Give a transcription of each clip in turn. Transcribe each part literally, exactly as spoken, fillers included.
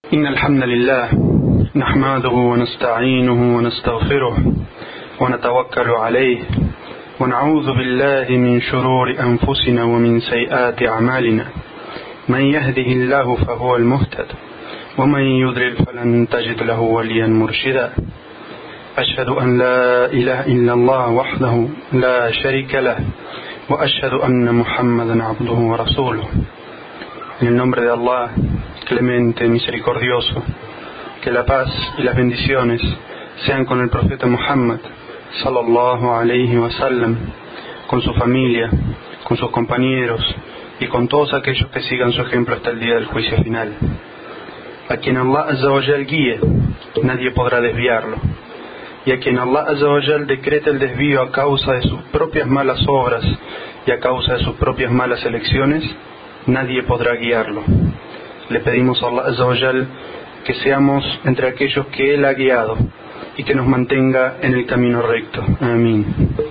إن الحمد لله نحمده ونستعينه ونستغفره ونتوكل عليه ونعوذ بالله من شرور أنفسنا ومن سيئات أعمالنا من يهده الله فهو المهتد ومن يضلل فلن تجد له وليا مرشدا أشهد أن لا إله إلا الله وحده لا شريك له وأشهد أن محمدا عبده ورسوله. En el nombre de Allah, clemente, misericordioso, que la paz y las bendiciones sean con el profeta Muhammad sallallahu alayhi wa sallam, con su familia, con sus compañeros y con todos aquellos que sigan su ejemplo hasta el día del juicio final. A quien Allah azza wa jal guíe, nadie podrá desviarlo, y a quien Allah azza wa jal decrete el desvío a causa de sus propias malas obras y a causa de sus propias malas elecciones, nadie podrá guiarlo. Le pedimos a Allah azza wa jal que seamos entre aquellos que Él ha guiado y que nos mantenga en el camino recto. Amén.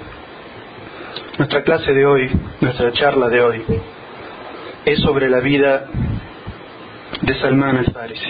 Nuestra clase de hoy, nuestra charla de hoy, es sobre la vida de Salman al-Farisi,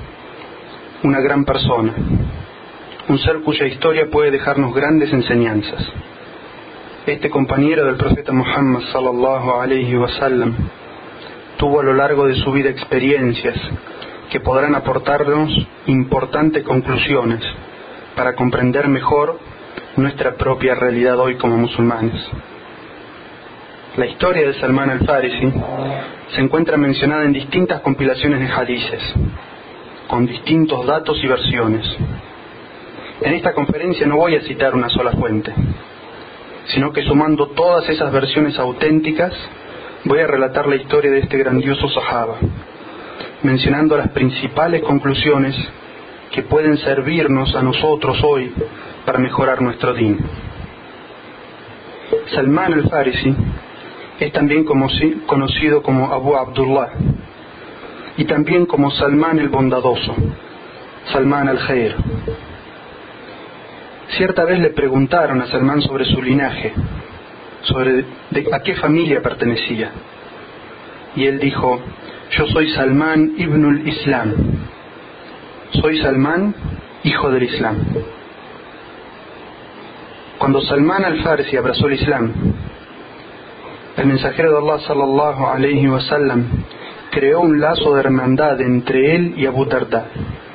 una gran persona, un ser cuya historia puede dejarnos grandes enseñanzas. Este compañero del profeta Muhammad sallallahu alayhi wa sallam tuvo a lo largo de su vida experiencias que podrán aportarnos importantes conclusiones para comprender mejor nuestra propia realidad hoy como musulmanes. La historia de Salman al-Farisi se encuentra mencionada en distintas compilaciones de hadices, con distintos datos y versiones. En esta conferencia no voy a citar una sola fuente, sino que sumando todas esas versiones auténticas, voy a relatar la historia de este grandioso sahaba, mencionando las principales conclusiones que pueden servirnos a nosotros hoy para mejorar nuestro din. Salman al-Farisi es también como, conocido como Abu Abdullah y también como Salman el Bondadoso, Salman al-Khair. Cierta vez le preguntaron a Salman sobre su linaje, sobre de, a qué familia pertenecía, y él dijo: yo soy Salman ibn al-Islam, soy Salman, hijo del Islam. Cuando Salman al-Farisi abrazó el Islam, el mensajero de Allah sallallahu alayhi wa sallam creó un lazo de hermandad entre él y Abu Darda.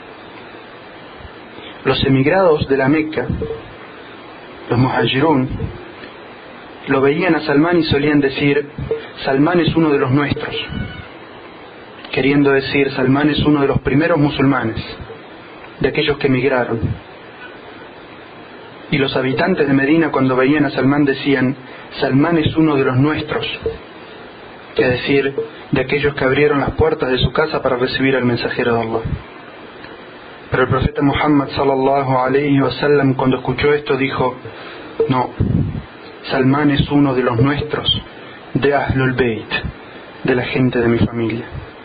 Los emigrados de la Meca, los muhajirun, lo veían a Salman y solían decir: Salman es uno de los nuestros, queriendo decir Salman es uno de los primeros musulmanes, de aquellos que emigraron. Y los habitantes de Medina, cuando veían a Salman, decían: Salman es uno de los nuestros, que decir de aquellos que abrieron las puertas de su casa para recibir al mensajero de Allah. Pero el profeta Muhammad sallallahu alayhi wa sallam, cuando escuchó esto, dijo: no, Salman es uno de los nuestros, de Ahlul Bayt, de la gente de mi familia.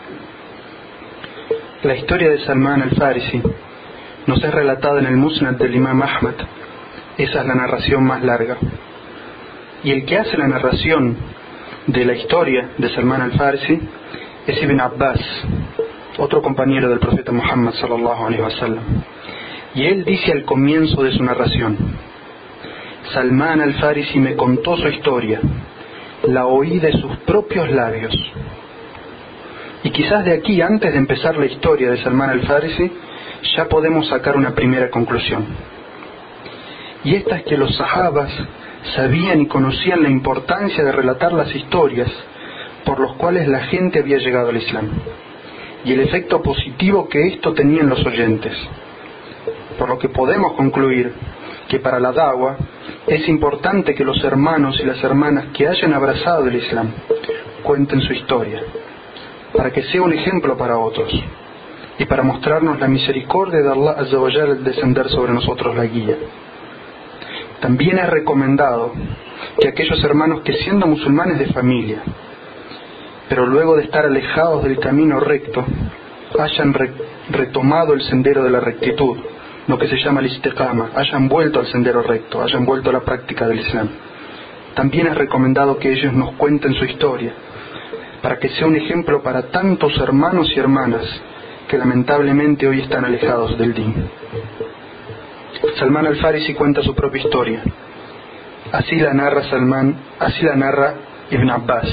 La historia de Salman al-Farisi nos es relatada en el Musnad del Imam Ahmad. Esa es la narración más larga. Y el que hace la narración de la historia de Salman al-Farisi es Ibn Abbas, otro compañero del profeta Muhammad sallallahu alayhi wa sallam. Y él dice al comienzo de su narración: Salman al-Farisi me contó su historia, la oí de sus propios labios. Y quizás de aquí, antes de empezar la historia de Salman al-Farisi, ya podemos sacar una primera conclusión. Y esta es que los sahabas sabían y conocían la importancia de relatar las historias por los cuales la gente había llegado al Islam, y el efecto positivo que esto tenía en los oyentes. Por lo que podemos concluir que para la da'wa es importante que los hermanos y las hermanas que hayan abrazado el Islam cuenten su historia, para que sea un ejemplo para otros y para mostrarnos la misericordia de Allah azza wa jal al descender sobre nosotros la guía. También es recomendado que aquellos hermanos que, siendo musulmanes de familia, pero luego de estar alejados del camino recto, hayan re- retomado el sendero de la rectitud, lo que se llama el istiqama, hayan vuelto al sendero recto, hayan vuelto a la práctica del Islam. También es recomendado que ellos nos cuenten su historia, para que sea un ejemplo para tantos hermanos y hermanas que lamentablemente hoy están alejados del din. Salman al-Farisi cuenta su propia historia. Así la narra Salman, así la narra Ibn Abbas.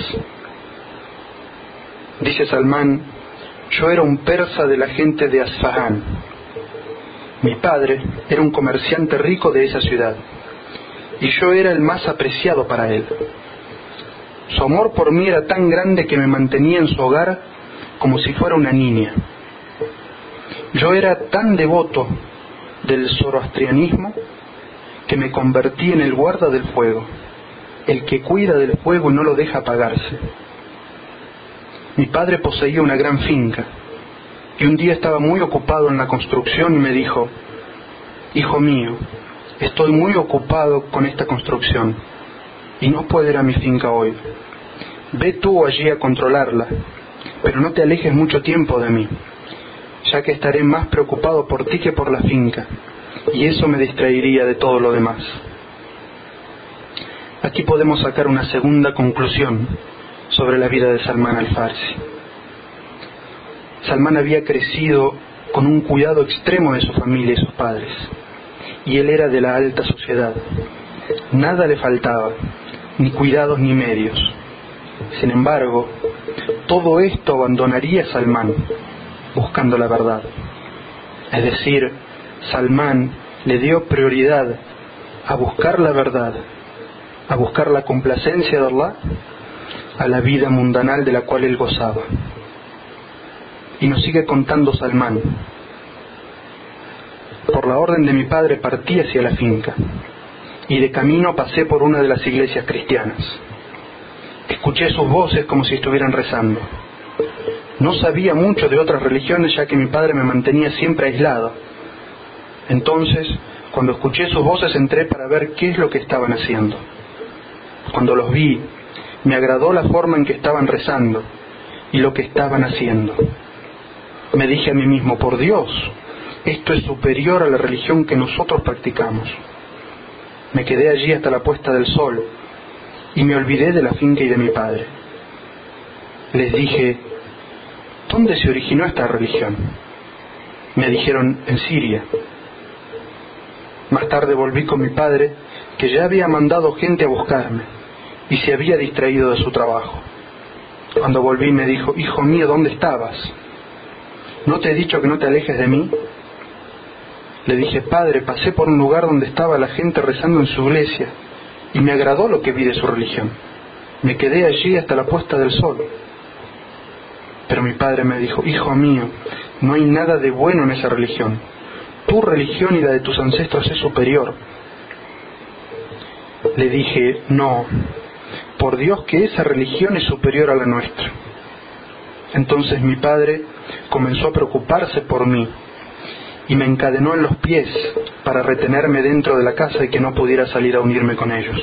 Dice Salman: yo era un persa de la gente de Asfahan. Mi padre era un comerciante rico de esa ciudad, y yo era el más apreciado para él. Su amor por mí era tan grande que me mantenía en su hogar como si fuera una niña. Yo era tan devoto del zoroastrianismo que me convertí en el guarda del fuego, el que cuida del fuego y no lo deja apagarse. Mi padre poseía una gran finca, y un día estaba muy ocupado en la construcción y me dijo: hijo mío, estoy muy ocupado con esta construcción y no puedo ir a mi finca hoy. Ve tú allí a controlarla, pero no te alejes mucho tiempo de mí, ya que estaré más preocupado por ti que por la finca, y eso me distraería de todo lo demás. Aquí podemos sacar una segunda conclusión sobre la vida de Salman al-Farsi. Salman había crecido con un cuidado extremo de su familia y sus padres, y él era de la alta sociedad. Nada le faltaba, ni cuidados ni medios. Sin embargo, todo esto abandonaría Salman buscando la verdad. Es decir, Salman le dio prioridad a buscar la verdad, a buscar la complacencia de Allah, a la vida mundanal de la cual él gozaba. Y nos sigue contando Salman: por la orden de mi padre partí hacia la finca, y de camino pasé por una de las iglesias cristianas. Escuché sus voces como si estuvieran rezando. No sabía mucho de otras religiones, ya que mi padre me mantenía siempre aislado. Entonces, cuando escuché sus voces, entré para ver qué es lo que estaban haciendo. Cuando los vi, me agradó la forma en que estaban rezando y lo que estaban haciendo. Me dije a mí mismo: por Dios, esto es superior a la religión que nosotros practicamos. Me quedé allí hasta la puesta del sol y me olvidé de la finca y de mi padre. Les dije: ¿dónde se originó esta religión? Me dijeron: en Siria. Más tarde volví con mi padre, que ya había mandado gente a buscarme y se había distraído de su trabajo. Cuando volví me dijo: hijo mío, ¿dónde estabas? ¿No te he dicho que no te alejes de mí? Le dije: padre, pasé por un lugar donde estaba la gente rezando en su iglesia y me agradó lo que vi de su religión. Me quedé allí hasta la puesta del sol. Pero mi padre me dijo: hijo mío, no hay nada de bueno en esa religión. Tu religión y la de tus ancestros es superior. Le dije: no, por Dios que esa religión es superior a la nuestra. Entonces mi padre comenzó a preocuparse por mí y me encadenó en los pies para retenerme dentro de la casa y que no pudiera salir a unirme con ellos.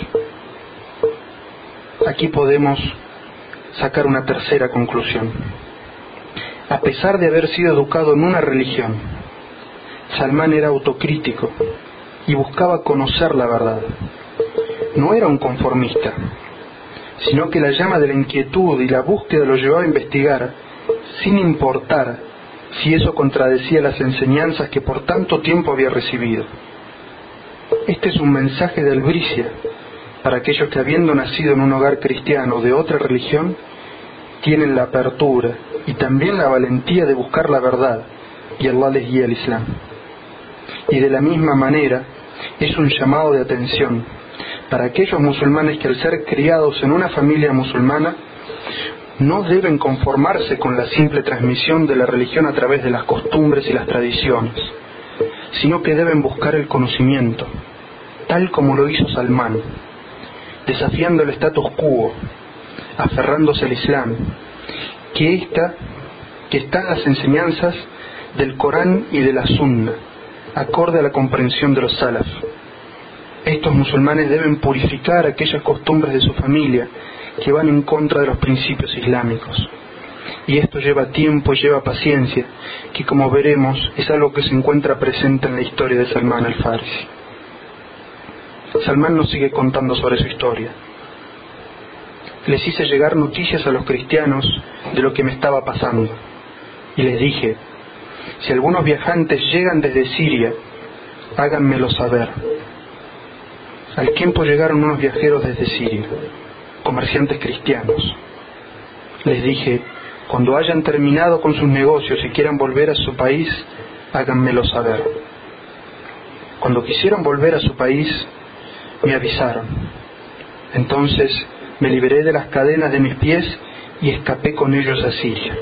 Aquí podemos sacar una tercera conclusión. A pesar de haber sido educado en una religión, Salman era autocrítico y buscaba conocer la verdad. No era un conformista, sino que la llama de la inquietud y la búsqueda lo llevaba a investigar, sin importar si eso contradecía las enseñanzas que por tanto tiempo había recibido. Este es un mensaje de albricia para aquellos que, habiendo nacido en un hogar cristiano de otra religión, tienen la apertura y también la valentía de buscar la verdad, y Allah les guía al Islam. Y de la misma manera es un llamado de atención para aquellos musulmanes que, al ser criados en una familia musulmana, no deben conformarse con la simple transmisión de la religión a través de las costumbres y las tradiciones, sino que deben buscar el conocimiento, tal como lo hizo Salman, desafiando el status quo, aferrándose al Islam, que, esta, que está en las enseñanzas del Corán y de la Sunna, acorde a la comprensión de los salaf. Estos musulmanes deben purificar aquellas costumbres de su familia que van en contra de los principios islámicos. Y esto lleva tiempo y lleva paciencia, que, como veremos, es algo que se encuentra presente en la historia de Salman al-Farsi. Salman nos sigue contando sobre su historia. Les hice llegar noticias a los cristianos de lo que me estaba pasando, y les dije: si algunos viajantes llegan desde Siria, háganmelo saber. Al tiempo llegaron unos viajeros desde Siria, comerciantes cristianos. Les dije, cuando hayan terminado con sus negocios y quieran volver a su país, háganmelo saber. Cuando quisieron volver a su país, me avisaron. Entonces me liberé de las cadenas de mis pies y escapé con ellos a Siria.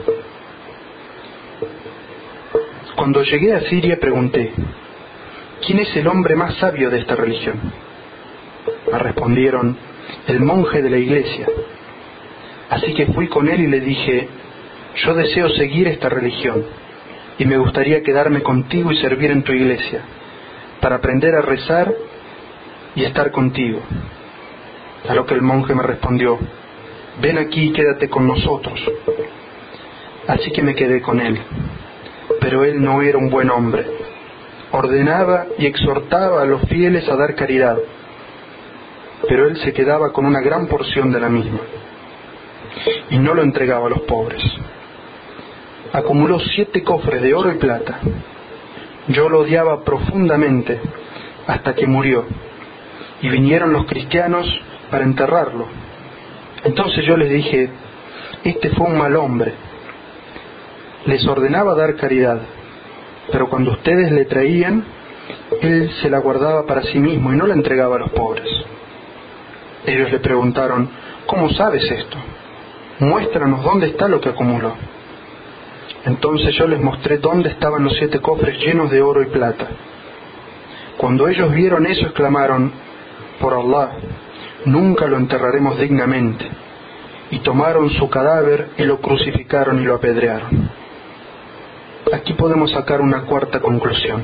Cuando llegué a Siria pregunté, ¿quién es el hombre más sabio de esta religión? Me respondieron, el monje de la iglesia. Así que fui con él y le dije, yo deseo seguir esta religión y me gustaría quedarme contigo y servir en tu iglesia, para aprender a rezar y estar contigo. A lo que el monje me respondió, ven aquí y quédate con nosotros. Así que me quedé con él, pero él no era un buen hombre. Ordenaba y exhortaba a los fieles a dar caridad, pero él se quedaba con una gran porción de la misma y no lo entregaba a los pobres. Acumuló siete cofres de oro y plata. Yo lo odiaba profundamente hasta que murió y vinieron los cristianos para enterrarlo. Entonces yo les dije, este fue un mal hombre. Les ordenaba dar caridad, pero cuando ustedes le traían, él se la guardaba para sí mismo y no la entregaba a los pobres. Ellos le preguntaron, ¿cómo sabes esto? Muéstranos dónde está lo que acumuló. Entonces yo les mostré dónde estaban los siete cofres llenos de oro y plata. Cuando ellos vieron eso, exclamaron, por Allah, nunca lo enterraremos dignamente. Y tomaron su cadáver y lo crucificaron y lo apedrearon. Aquí podemos sacar una cuarta conclusión.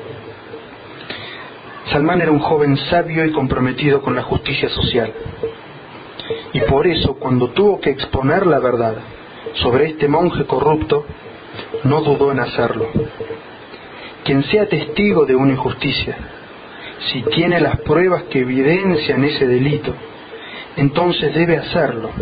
Salmán era un joven sabio y comprometido con la justicia social. Y por eso, cuando tuvo que exponer la verdad sobre este monje corrupto, no dudó en hacerlo. Quien sea testigo de una injusticia, si tiene las pruebas que evidencian ese delito, entonces debe hacerlo.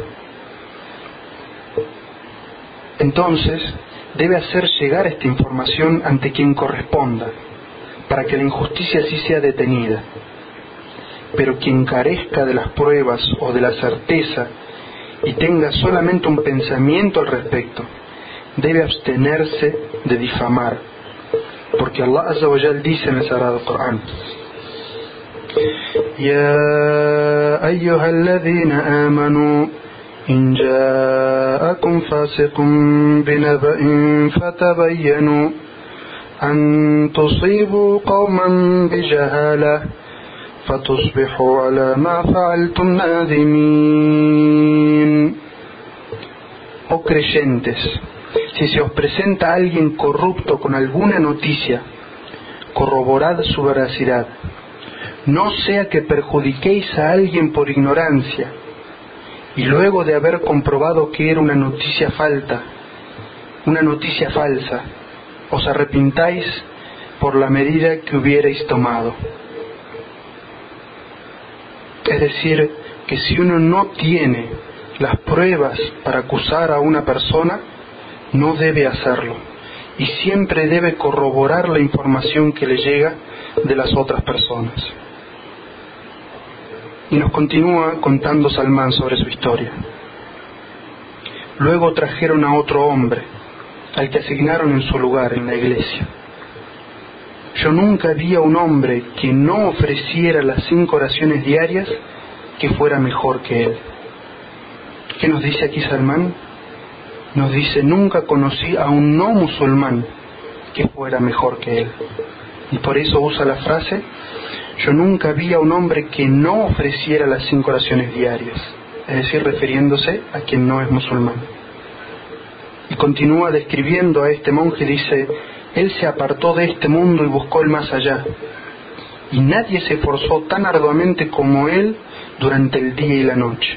Entonces debe hacer llegar esta información ante quien corresponda, para que la injusticia así sea detenida. Pero quien carezca de las pruebas o de la certeza y tenga solamente un pensamiento al respecto, debe abstenerse de difamar, porque Allah Azza wa Jal dice en el Sagrado Corán, Ya ayyuhalladhina amanu in ja'akum fasiqun binaba'in fatabayyanu an tusibu qawman bijahalah fatusbihu ala ma fa'altum nadimin. Oh creyentes, si se os presenta alguien corrupto con alguna noticia, corroborad su veracidad. No sea que perjudiquéis a alguien por ignorancia, y luego de haber comprobado que era una noticia falta, una noticia falsa, os arrepintáis por la medida que hubierais tomado. Es decir, que si uno no tiene las pruebas para acusar a una persona, no debe hacerlo, y siempre debe corroborar la información que le llega de las otras personas. Y nos continúa contando Salmán sobre su historia. Luego trajeron a otro hombre, al que asignaron en su lugar en la iglesia. Yo nunca vi a un hombre que no ofreciera las cinco oraciones diarias que fuera mejor que él. ¿Qué nos dice aquí Salmán? Nos dice, nunca conocí a un no musulmán que fuera mejor que él. Y por eso usa la frase, yo nunca vi a un hombre que no ofreciera las cinco oraciones diarias, es decir, refiriéndose a quien no es musulmán. Y continúa describiendo a este monje, dice, él se apartó de este mundo y buscó el más allá, y nadie se esforzó tan arduamente como él durante el día y la noche.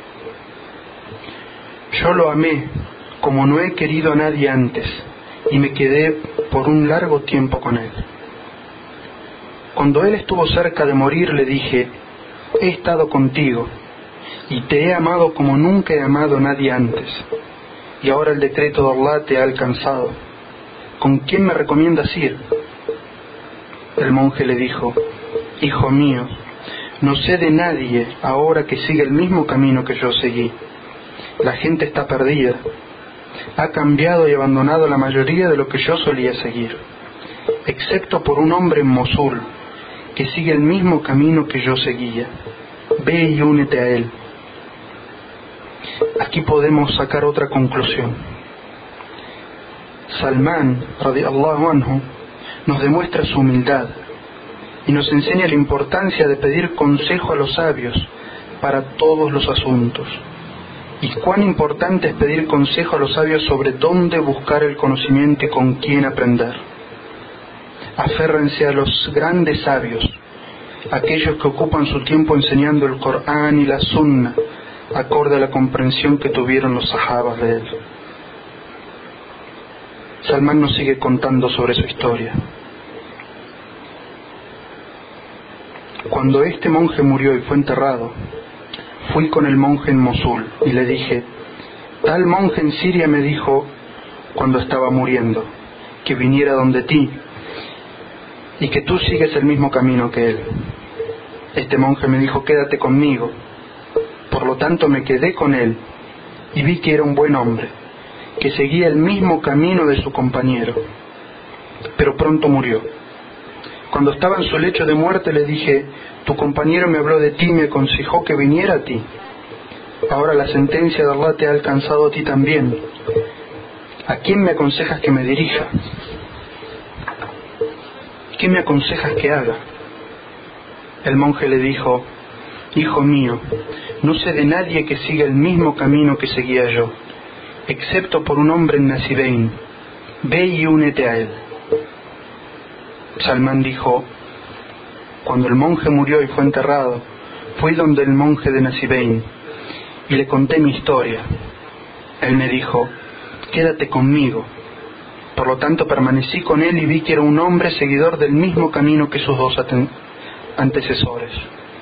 Yo lo amé como no he querido a nadie antes, y me quedé por un largo tiempo con él. Cuando él estuvo cerca de morir, le dije, he estado contigo, y te he amado como nunca he amado a nadie antes, y ahora el decreto de Allah te ha alcanzado. ¿con quién me recomiendas ir? El monje le dijo: hijo mío, no sé de nadie ahora que siga el mismo camino que yo seguí. La gente está perdida, ha cambiado y abandonado la mayoría de lo que yo solía seguir, excepto por un hombre en Mosul que sigue el mismo camino que yo seguía. Ve y únete a él. Aquí podemos sacar otra conclusión. Salmán, radiyallahu anhu, nos demuestra su humildad y nos enseña la importancia de pedir consejo a los sabios para todos los asuntos, y cuán importante es pedir consejo a los sabios sobre dónde buscar el conocimiento y con quién aprender. Aférrense a los grandes sabios, aquellos que ocupan su tiempo enseñando el Corán y la Sunna, acorde a la comprensión que tuvieron los sahabas de él. Salmán nos sigue contando sobre su historia. Cuando este monje murió y fue enterrado, fui con el monje en Mosul y le dije: tal monje en Siria me dijo cuando estaba muriendo que viniera donde ti y que tú sigues el mismo camino que él. Este monje me dijo: quédate conmigo. Por lo tanto me quedé con él y vi que era un buen hombre, que seguía el mismo camino de su compañero, pero pronto murió. Cuando estaba en su lecho de muerte le dije: tu compañero me habló de ti y me aconsejó que viniera a ti. Ahora la sentencia de Allah te ha alcanzado a ti también. ¿A quién me aconsejas que me dirija? ¿Qué me aconsejas que haga? El monje le dijo: hijo mío, no sé de nadie que siga el mismo camino que seguía yo, excepto por un hombre en Nasibein. Ve y únete a él. Salmán dijo: cuando el monje murió y fue enterrado, fui donde el monje de Nasibein y le conté mi historia. Él me dijo: quédate conmigo. Por lo tanto permanecí con él y vi que era un hombre seguidor del mismo camino que sus dos antecesores.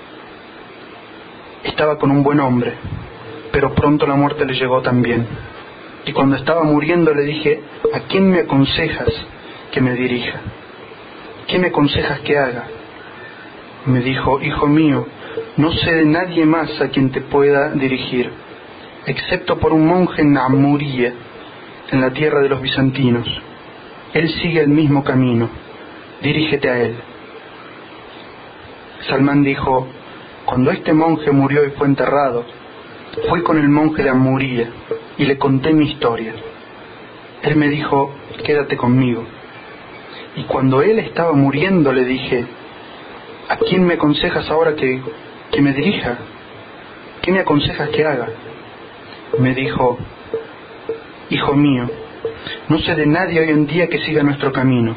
Estaba con un buen hombre, pero pronto la muerte le llegó también. Y cuando estaba muriendo le dije: ¿a quién me aconsejas que me dirija? ¿Qué me aconsejas que haga? Me dijo: hijo mío, no sé de nadie más a quien te pueda dirigir, excepto por un monje en Amuría, en la tierra de los bizantinos. Él sigue el mismo camino, dirígete a él. Salmán dijo: cuando este monje murió y fue enterrado, fui con el monje de Amuría y le conté mi historia. Él me dijo: quédate conmigo. Y cuando él estaba muriendo le dije: ¿a quién me aconsejas ahora que, que me dirija? ¿Qué me aconsejas que haga? Me dijo: hijo mío, no sé de nadie hoy en día que siga nuestro camino,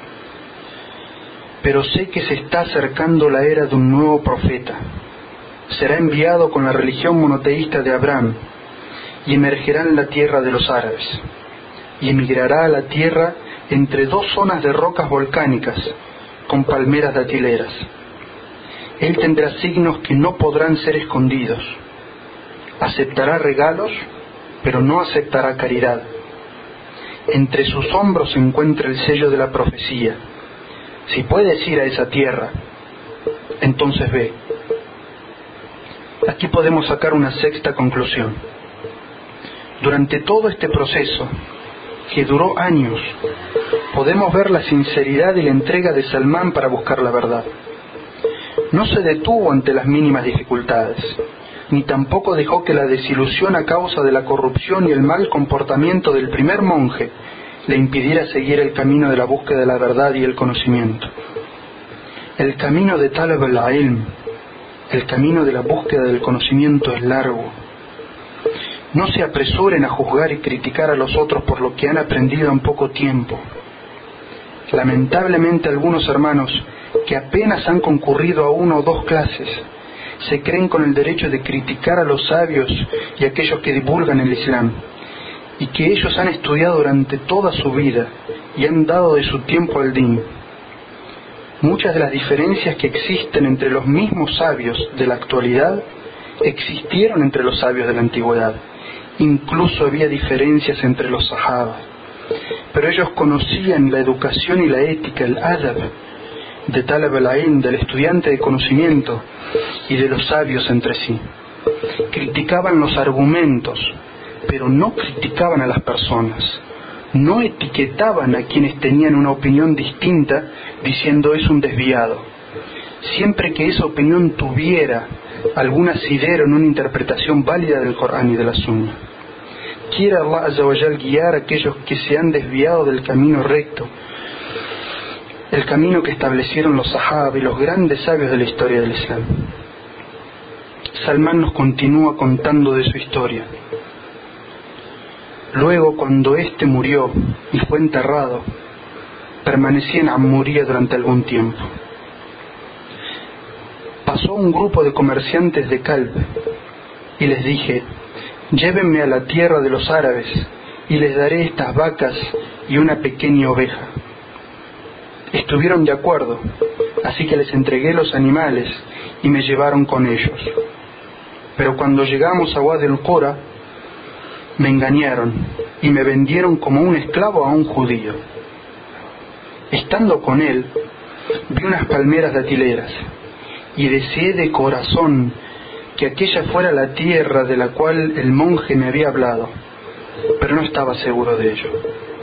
pero sé que se está acercando la era de un nuevo profeta. Será enviado con la religión monoteísta de Abraham y emergerá en la tierra de los árabes y emigrará a la tierra entre dos zonas de rocas volcánicas con palmeras datileras. Él tendrá signos que no podrán ser escondidos. Aceptará regalos, pero no aceptará caridad. Entre sus hombros se encuentra el sello de la profecía. Si puedes ir a esa tierra, entonces ve. Aquí podemos sacar una sexta conclusión. Durante todo este proceso, que duró años, podemos ver la sinceridad y la entrega de Salmán para buscar la verdad. No se detuvo ante las mínimas dificultades, ni tampoco dejó que la desilusión a causa de la corrupción y el mal comportamiento del primer monje le impidiera seguir el camino de la búsqueda de la verdad y el conocimiento. El camino de Talab al-Ilm, el camino de la búsqueda del conocimiento, es largo. No se apresuren a juzgar y criticar a los otros por lo que han aprendido en poco tiempo. Lamentablemente algunos hermanos que apenas han concurrido a una o dos clases se creen con el derecho de criticar a los sabios y a aquellos que divulgan el Islam, y que ellos han estudiado durante toda su vida y han dado de su tiempo al din. Muchas de las diferencias que existen entre los mismos sabios de la actualidad existieron entre los sabios de la antigüedad. Incluso había diferencias entre los sahabas. pero ellos conocían la educación y la ética, el adab, de talab al-ilm, del estudiante de conocimiento y de los sabios entre sí. Criticaban los argumentos, pero no criticaban a las personas. No etiquetaban a quienes tenían una opinión distinta diciendo es un desviado. Siempre que esa opinión tuviera algún asidero en una interpretación válida del Corán y de la Sunna. Quiere Allah Azza wa Jal guiar a aquellos que se han desviado del camino recto, el camino que establecieron los sahaba y los grandes sabios de la historia del Islam. Salmán nos continúa contando de su historia. Luego, cuando éste murió y fue enterrado, permanecí en Ammuría durante algún tiempo. Pasó un grupo de comerciantes de Kalb y les dije: llévenme a la tierra de los árabes y les daré estas vacas y una pequeña oveja. Estuvieron de acuerdo, así que les entregué los animales y me llevaron con ellos. Pero cuando llegamos a Wadi al-Qura, me engañaron y me vendieron como un esclavo a un judío. Estando con él, vi unas palmeras datileras y deseé de corazón que aquella fuera la tierra de la cual el monje me había hablado, pero no estaba seguro de ello.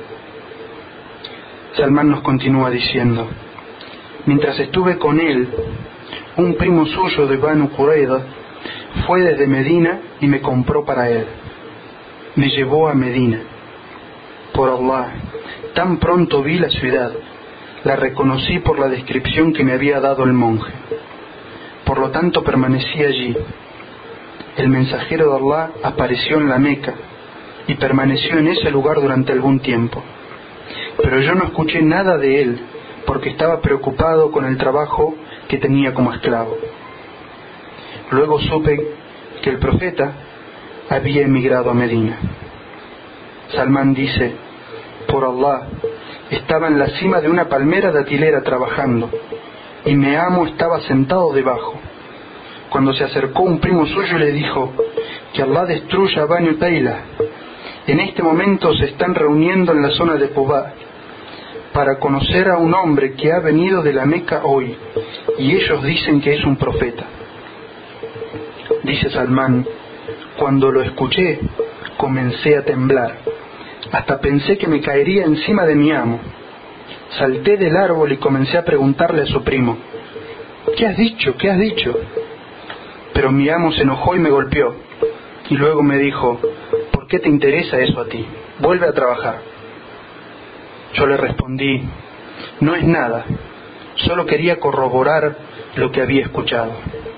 Salmán nos continúa diciendo: mientras estuve con él, un primo suyo de Banu Qurayza fue desde Medina y me compró para él. Me llevó a Medina. Por Allah, tan pronto vi la ciudad, la reconocí por la descripción que me había dado el monje. Por lo tanto permanecí allí. El mensajero de Allah apareció en la Meca y permaneció en ese lugar durante algún tiempo. Pero yo no escuché nada de él porque estaba preocupado con el trabajo que tenía como esclavo. Luego supe que el profeta había emigrado a Medina. Salmán dice: por Allah, estaba en la cima de una palmera datilera trabajando y mi amo estaba sentado debajo, cuando se acercó un primo suyo y le dijo: que Allah destruya a Banu Tayla. En este momento se están reuniendo en la zona de Quba para conocer a un hombre que ha venido de la Meca hoy, y ellos dicen que es un profeta. Dice Salmán: cuando lo escuché, comencé a temblar, hasta pensé que me caería encima de mi amo. Salté del árbol y comencé a preguntarle a su primo: ¿qué has dicho? ¿Qué has dicho? Pero mi amo se enojó y me golpeó, y luego me dijo: ¿por qué te interesa eso a ti? Vuelve a trabajar. Yo le respondí: no es nada, solo quería corroborar lo que había escuchado.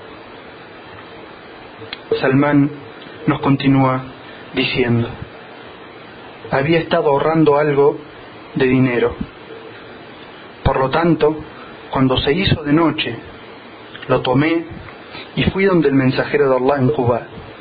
Salmán nos continúa diciendo: había estado ahorrando algo de dinero. Por lo tanto, cuando se hizo de noche, lo tomé y fui donde el mensajero de Allah en Quba.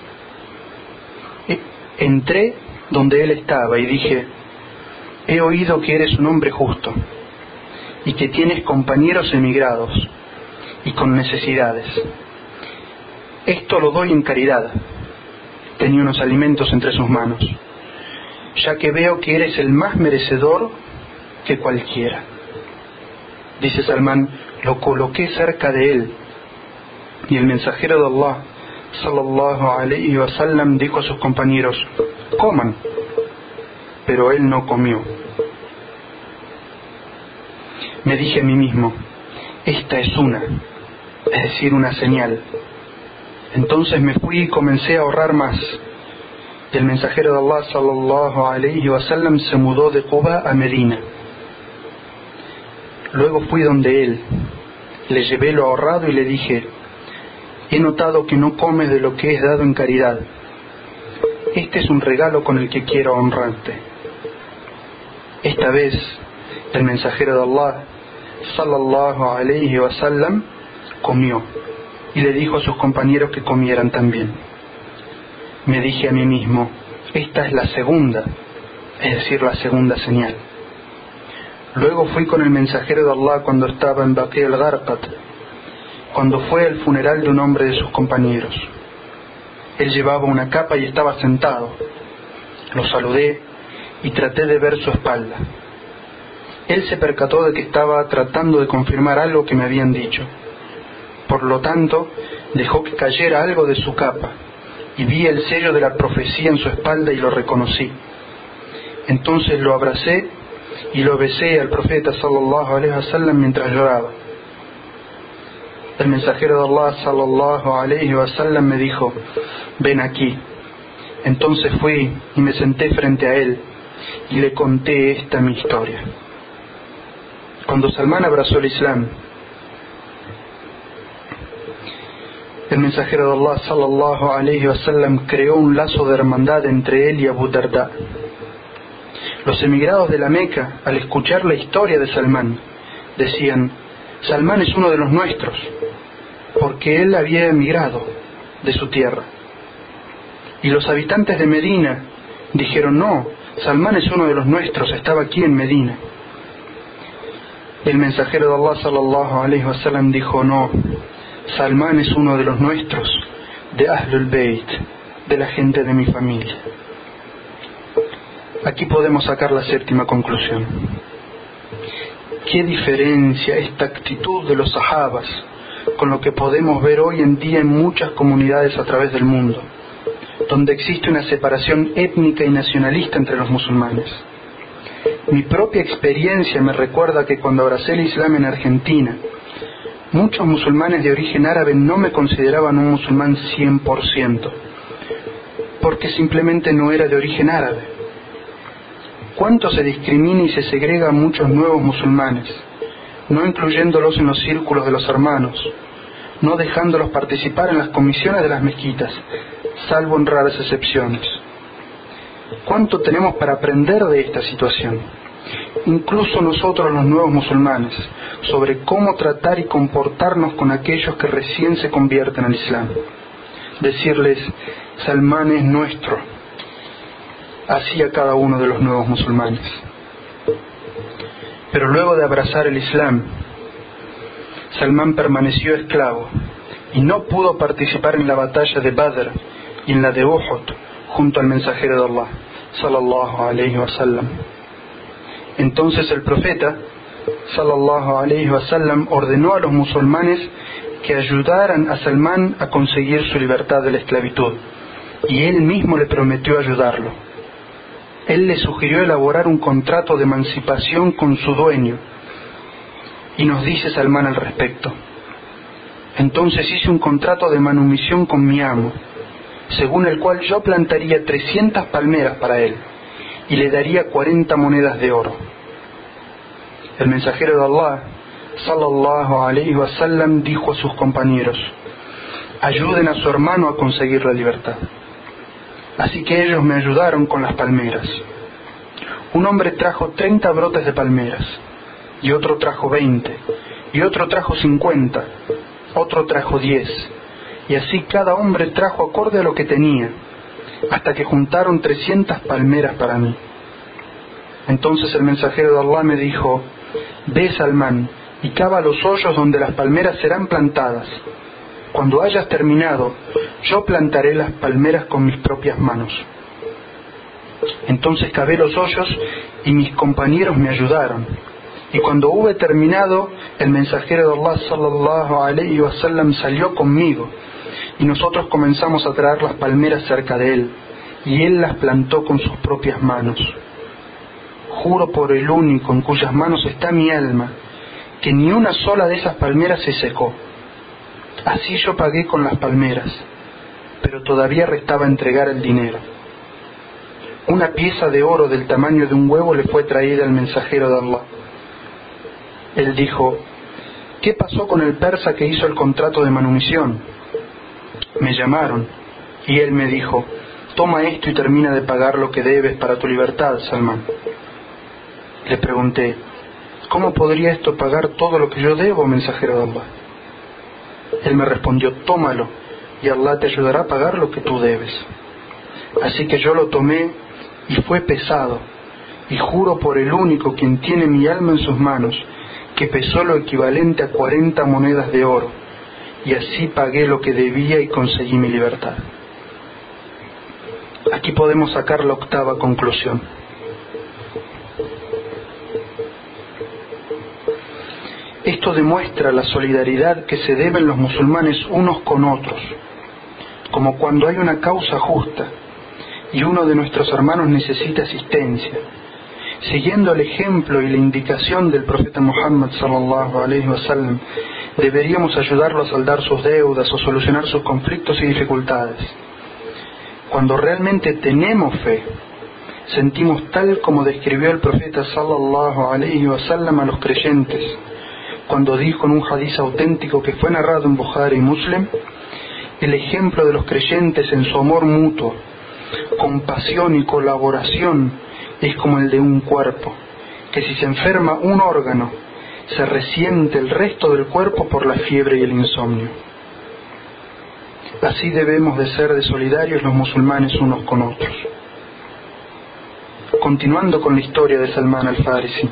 Entré donde él estaba y dije: he oído que eres un hombre justo y que tienes compañeros emigrados y con necesidades. Esto lo doy en caridad. Tenía unos alimentos entre sus manos, ya que veo que eres el más merecedor que cualquiera. Dice Salmán: lo coloqué cerca de él y el mensajero de Allah sallallahu alayhi wa sallam dijo a sus compañeros: coman. Pero él no comió. Me dije a mí mismo: esta es una, es decir, una señal. Entonces me fui y comencé a ahorrar más. Y el mensajero de Allah sallallahu alayhi wa sallam se mudó de Quba a Medina. Luego fui donde él, le llevé lo ahorrado y le dije: he notado que no comes de lo que es dado en caridad. Este es un regalo con el que quiero honrarte. Esta vez el mensajero de Allah sallallahu alayhi wa sallam comió y le dijo a sus compañeros que comieran también. Me dije a mí mismo: esta es la segunda, es decir, la segunda señal. Luego fui con el mensajero de Allah cuando estaba en Baqi al-Gharqad, cuando fue el funeral de un hombre de sus compañeros. Él llevaba una capa y estaba sentado. Lo saludé y traté de ver su espalda. Él se percató de que estaba tratando de confirmar algo que me habían dicho. Por lo tanto, dejó que cayera algo de su capa, y vi el sello de la profecía en su espalda y lo reconocí. Entonces lo abracé y lo besé al profeta sallallahu alaihi wasallam mientras lloraba. El mensajero de Allah sallallahu alaihi wasallam me dijo: ven aquí. Entonces fui y me senté frente a él y le conté esta mi historia. Cuando Salmán abrazó el Islam, el mensajero de Allah sallallahu alaihi wasallam creó un lazo de hermandad entre él y Abu Darda. Los emigrados de la Meca, al escuchar la historia de Salmán, decían: Salmán es uno de los nuestros, porque él había emigrado de su tierra. Y los habitantes de Medina dijeron: no, Salmán es uno de los nuestros, estaba aquí en Medina. El mensajero de Allah sallallahu alaihi wasallam dijo: no, Salmán es uno de los nuestros, de Ahlul Bayt, de la gente de mi familia. Aquí podemos sacar la séptima conclusión. ¿Qué diferencia esta actitud de los sahabas con lo que podemos ver hoy en día en muchas comunidades a través del mundo, donde existe una separación étnica y nacionalista entre los musulmanes? Mi propia experiencia me recuerda que cuando abracé el Islam en Argentina, muchos musulmanes de origen árabe no me consideraban un musulmán cien por ciento, porque simplemente no era de origen árabe. ¿Cuánto se discrimina y se segrega a muchos nuevos musulmanes, no incluyéndolos en los círculos de los hermanos, no dejándolos participar en las comisiones de las mezquitas, salvo en raras excepciones? ¿Cuánto tenemos para aprender de esta situación? Incluso nosotros los nuevos musulmanes, sobre cómo tratar y comportarnos con aquellos que recién se convierten al Islam. Decirles: Salmán es nuestro. Así a cada uno de los nuevos musulmanes. Pero luego de abrazar el Islam, Salmán permaneció esclavo y no pudo participar en la batalla de Badr y en la de Uhud junto al mensajero de Allah sallallahu alaihi wasallam. Entonces el profeta sallallahu alaihi wasallam ordenó a los musulmanes que ayudaran a Salmán a conseguir su libertad de la esclavitud, y él mismo le prometió ayudarlo. Él le sugirió elaborar un contrato de emancipación con su dueño, y nos dice Salmán al respecto: entonces hice un contrato de manumisión con mi amo, según el cual yo plantaría trescientas palmeras para él y le daría cuarenta monedas de oro. El mensajero de Allah sallallahu alaihi wasallam dijo a sus compañeros: ayuden a su hermano a conseguir la libertad. Así que ellos me ayudaron con las palmeras. Un hombre trajo treinta brotes de palmeras, y otro trajo veinte, y otro trajo cincuenta, otro trajo diez, y así cada hombre trajo acorde a lo que tenía, hasta que juntaron trescientas palmeras para mí. Entonces el mensajero de Allah me dijo: ve, Salmán, y cava los hoyos donde las palmeras serán plantadas. Cuando hayas terminado, yo plantaré las palmeras con mis propias manos. Entonces cavé los hoyos y mis compañeros me ayudaron. Y cuando hube terminado, el mensajero de Allah sallallahu alaihi wasallam salió conmigo, y nosotros comenzamos a traer las palmeras cerca de él, y él las plantó con sus propias manos. Juro por el único en cuyas manos está mi alma, que ni una sola de esas palmeras se secó. Así yo pagué con las palmeras, pero todavía restaba entregar el dinero. Una pieza de oro del tamaño de un huevo le fue traída al mensajero de Allah. Él dijo: ¿qué pasó con el persa que hizo el contrato de manumisión? Me llamaron, y él me dijo: toma esto y termina de pagar lo que debes para tu libertad, Salmán. Le pregunté: ¿cómo podría esto pagar todo lo que yo debo, mensajero de Allah? Él me respondió: tómalo, y Allah te ayudará a pagar lo que tú debes. Así que yo lo tomé, y fue pesado, y juro por el único quien tiene mi alma en sus manos, que pesó lo equivalente a cuarenta monedas de oro, y así pagué lo que debía y conseguí mi libertad. Aquí podemos sacar la octava conclusión. Esto demuestra la solidaridad que se deben los musulmanes unos con otros, como cuando hay una causa justa y uno de nuestros hermanos necesita asistencia. Siguiendo el ejemplo y la indicación del profeta Muhammad sallallahu alaihi wasallam, deberíamos ayudarlo a saldar sus deudas o solucionar sus conflictos y dificultades. Cuando realmente tenemos fe, sentimos tal como describió el profeta sallallahu alaihi wasallam a los creyentes, cuando dijo en un hadiz auténtico que fue narrado en Bukhari y Muslim: el ejemplo de los creyentes en su amor mutuo, compasión y colaboración es como el de un cuerpo, que si se enferma un órgano, se resiente el resto del cuerpo por la fiebre y el insomnio. Así debemos de ser de solidarios los musulmanes unos con otros. Continuando con la historia de Salman al-Farisi.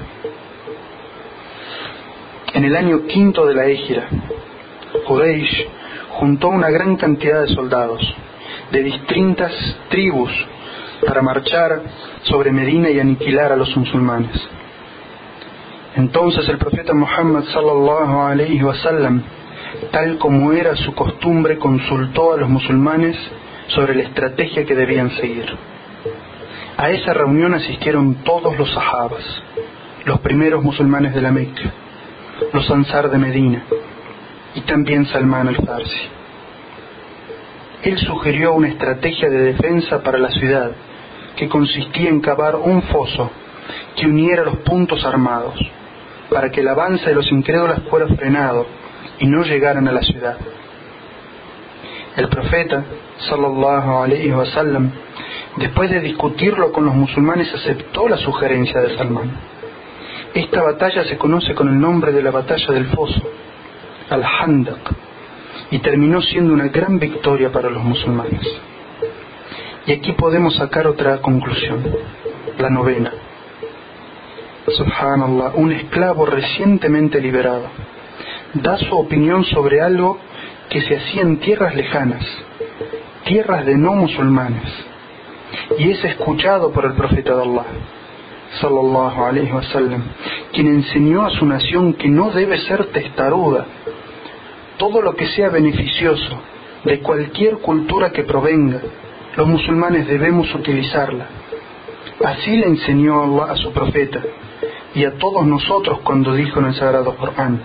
En el año quinto de la Égira, Quraysh juntó una gran cantidad de soldados de distintas tribus para marchar sobre Medina y aniquilar a los musulmanes. Entonces el profeta Muhammad sallallahu alaihi wasallam, tal como era su costumbre, consultó a los musulmanes sobre la estrategia que debían seguir. A esa reunión asistieron todos los sahabas, los primeros musulmanes de la Meca, los ansar de Medina y también Salman al-Farsi. Él sugirió una estrategia de defensa para la ciudad que consistía en cavar un foso que uniera los puntos armados para que el avance de los incrédulos fuera frenado y no llegaran a la ciudad. El profeta sallallahu alaihi wasallam, después de discutirlo con los musulmanes, aceptó la sugerencia de Salman. Esta batalla se conoce con el nombre de la batalla del foso, al-Handaq, y terminó siendo una gran victoria para los musulmanes. Y aquí podemos sacar otra conclusión, la novena. Subhanallah, un esclavo recientemente liberado da su opinión sobre algo que se hacía en tierras lejanas, tierras de no musulmanes, y es escuchado por el profeta de Allah sallallahu alaihi wasallam, quien enseñó a su nación que no debe ser testaruda. Todo lo que sea beneficioso de cualquier cultura que provenga, los musulmanes debemos utilizarla. Así le enseñó Allah a su profeta y a todos nosotros cuando dijo en el Sagrado Corán: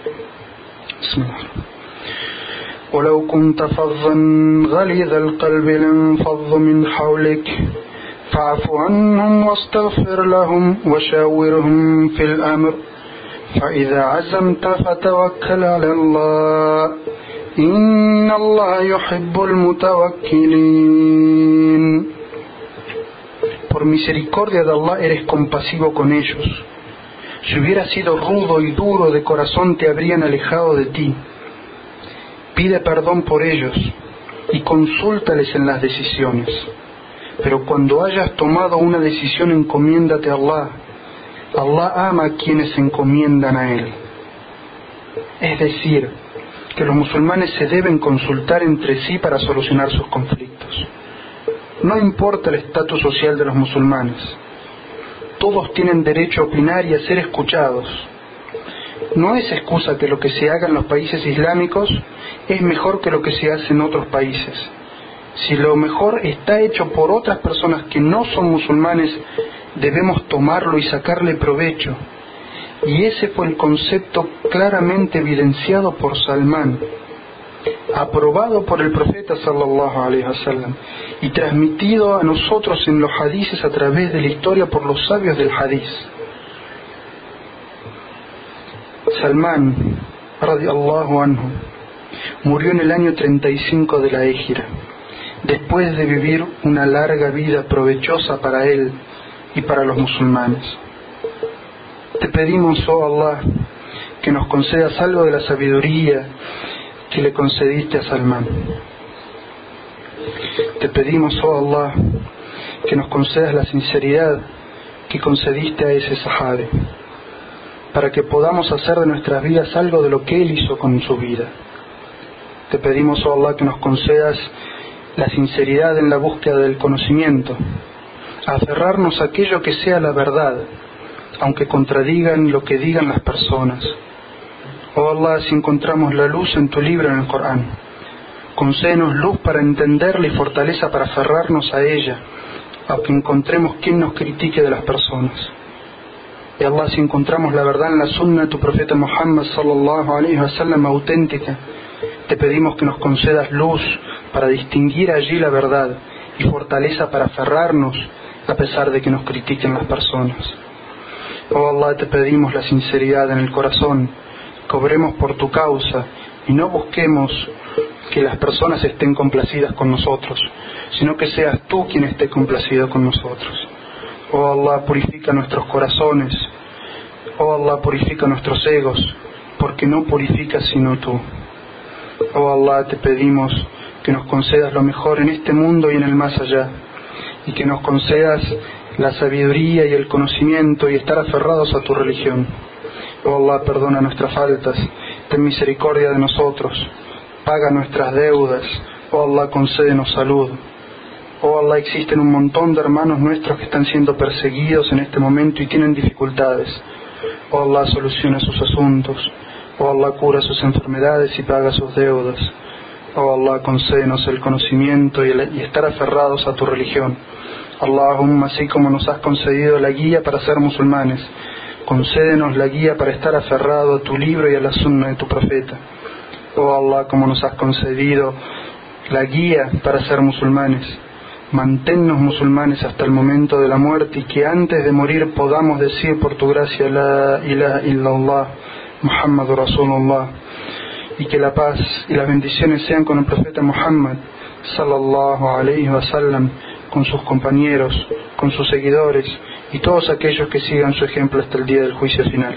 وَلَوْ كُنْتَ فَظًّا غَلِيظَ الْقَلْبِ لَانفَضُّوا مِنْ حَوْلِكَ فَاعْفُ عَنْهُمْ وَاسْتَغْفِرْ لَهُمْ وَشَاوِرْهُمْ فِي الْأَمْرِ فَإِذَا عَزَمْتَ فَتَوَكَّلْ عَلَى اللَّهِ إِنَّ اللَّهَ يُحِبُّ الْمُتَوَكِّلِينَ. Por misericordia de Allah eres compasivo con ellos. Si hubieras sido rudo y duro de corazón, te habrían alejado de ti. Pide perdón por ellos y consúltales en las decisiones. Pero cuando hayas tomado una decisión, encomiéndate a Allah. Allah ama a quienes se encomiendan a Él. Es decir, que los musulmanes se deben consultar entre sí para solucionar sus conflictos. No importa el estatus social de los musulmanes. Todos tienen derecho a opinar y a ser escuchados. No es excusa que lo que se haga en los países islámicos es mejor que lo que se hace en otros países. Si lo mejor está hecho por otras personas que no son musulmanes, debemos tomarlo y sacarle provecho. Y ese fue el concepto claramente evidenciado por Salman, aprobado por el profeta sallallahu alaihi wasallam y transmitido a nosotros en los hadices a través de la historia por los sabios del hadiz. Salman radiyallahu anhu murió en el año treinta y cinco de la Égira, después de vivir una larga vida provechosa para él y para los musulmanes. Te pedimos, oh Allah, que nos concedas algo de la sabiduría que le concediste a Salman. Te pedimos, oh Allah, que nos concedas la sinceridad que concediste a ese sahabi, para que podamos hacer de nuestras vidas algo de lo que él hizo con su vida. Te pedimos, oh Allah, que nos concedas la sinceridad en la búsqueda del conocimiento, aferrarnos a aquello que sea la verdad, aunque contradigan lo que digan las personas, Oh Allah, si encontramos la luz en tu libro en el Corán, concédenos luz para entenderla y fortaleza para aferrarnos a ella, aunque encontremos quien nos critique de las personas. Y Allah, si encontramos la verdad en la sunna de tu profeta Muhammad sallallahu alayhi wa sallam auténtica, te pedimos que nos concedas luz para distinguir allí la verdad y fortaleza para aferrarnos a pesar de que nos critiquen las personas. Oh Allah, te pedimos la sinceridad en el corazón, que obremos por tu causa y no busquemos que las personas estén complacidas con nosotros, sino que seas tú quien esté complacido con nosotros. Oh Allah, purifica nuestros corazones. Oh Allah, purifica nuestros egos, porque no purificas sino tú. Oh Allah, te pedimos que nos concedas lo mejor en este mundo y en el más allá, y que nos concedas la sabiduría y el conocimiento y estar aferrados a tu religión. Oh Allah, perdona nuestras faltas, ten misericordia de nosotros, paga nuestras deudas. Oh Allah, concédenos salud. Oh Allah, existen un montón de hermanos nuestros que están siendo perseguidos en este momento y tienen dificultades. Oh Allah, soluciona sus asuntos. Oh Allah, cura sus enfermedades y paga sus deudas. Oh Allah, concédenos el conocimiento y, el, y estar aferrados a tu religión. Allahumma, así como nos has concedido la guía para ser musulmanes, concédenos la guía para estar aferrado a tu libro y a la sunna de tu profeta. Oh Allah, como nos has concedido la guía para ser musulmanes, manténnos musulmanes hasta el momento de la muerte, y que antes de morir podamos decir por tu gracia la ilaha illallah Muhammadur Rasulullah, y que la paz y las bendiciones sean con el profeta Muhammad sallallahu alayhi wa sallam, con sus compañeros, con sus seguidores y todos aquellos que sigan su ejemplo hasta el día del juicio final.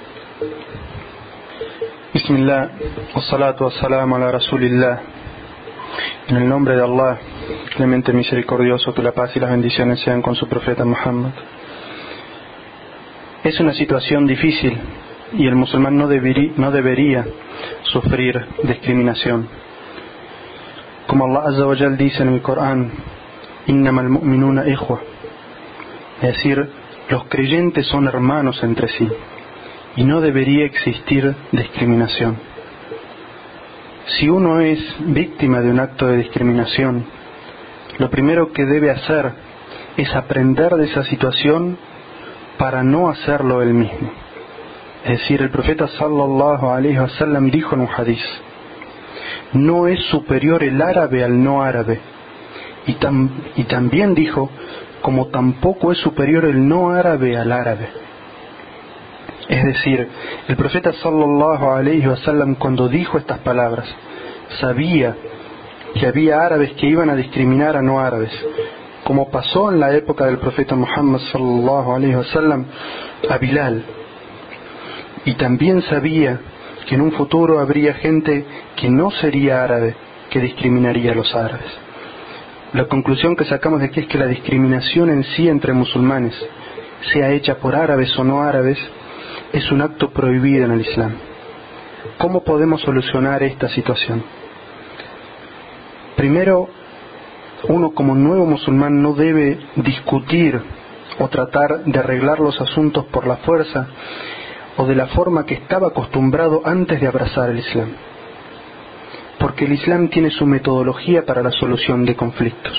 Bismillah, wassalatu wassalamu ala rasulillah. En el nombre de Allah, clemente misericordioso, que la paz y las bendiciones sean con su profeta Muhammad. Es una situación difícil y el musulmán no debería, no debería sufrir discriminación. Como Allah Azza wa Jal dice en el Corán, innamal mu'minuna ikhwa, es decir, los creyentes son hermanos entre sí y no debería existir discriminación. Si uno es víctima de un acto de discriminación, lo primero que debe hacer es aprender de esa situación para no hacerlo él mismo. Es decir, el profeta sallallahu alaihi wasallam dijo en un hadiz: no es superior el árabe al no árabe, y, tam, y también dijo, como tampoco es superior el no árabe al árabe. Es decir, el profeta sallallahu alaihi wasallam, cuando dijo estas palabras, sabía que había árabes que iban a discriminar a no árabes, como pasó en la época del profeta Muhammad sallallahu alaihi wasallam a Bilal, y también sabía que en un futuro habría gente que no sería árabe que discriminaría a los árabes. La conclusión que sacamos de aquí es que la discriminación en sí entre musulmanes, sea hecha por árabes o no árabes, es un acto prohibido en el Islam. ¿Cómo podemos solucionar esta situación? Primero, uno como nuevo musulmán no debe discutir o tratar de arreglar los asuntos por la fuerza o de la forma que estaba acostumbrado antes de abrazar el Islam, porque el Islam tiene su metodología para la solución de conflictos.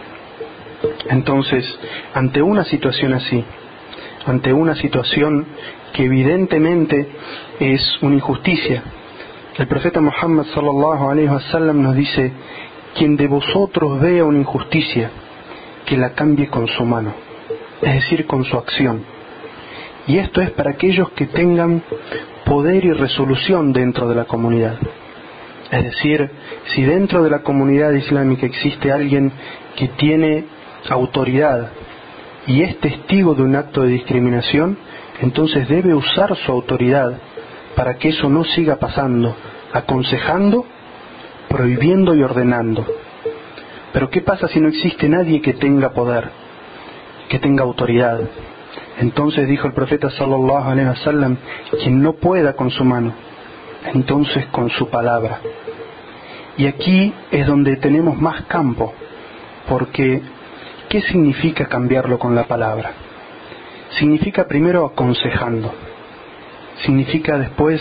Entonces, ante una situación así, ante una situación que evidentemente es una injusticia, el profeta Muhammad sallallahu alaihi wasallam nos dice: quien de vosotros vea una injusticia, que la cambie con su mano, es decir, con su acción. Y esto es para aquellos que tengan poder y resolución dentro de la comunidad. Es decir, si dentro de la comunidad islámica existe alguien que tiene autoridad y es testigo de un acto de discriminación, entonces debe usar su autoridad para que eso no siga pasando, aconsejando, prohibiendo y ordenando. Pero ¿qué pasa si no existe nadie que tenga poder, que tenga autoridad? Entonces dijo el profeta sallallahu alaihi wasallam: quien no pueda con su mano, entonces con su palabra. Y aquí es donde tenemos más campo, porque ¿qué significa cambiarlo con la palabra? Significa primero aconsejando, significa después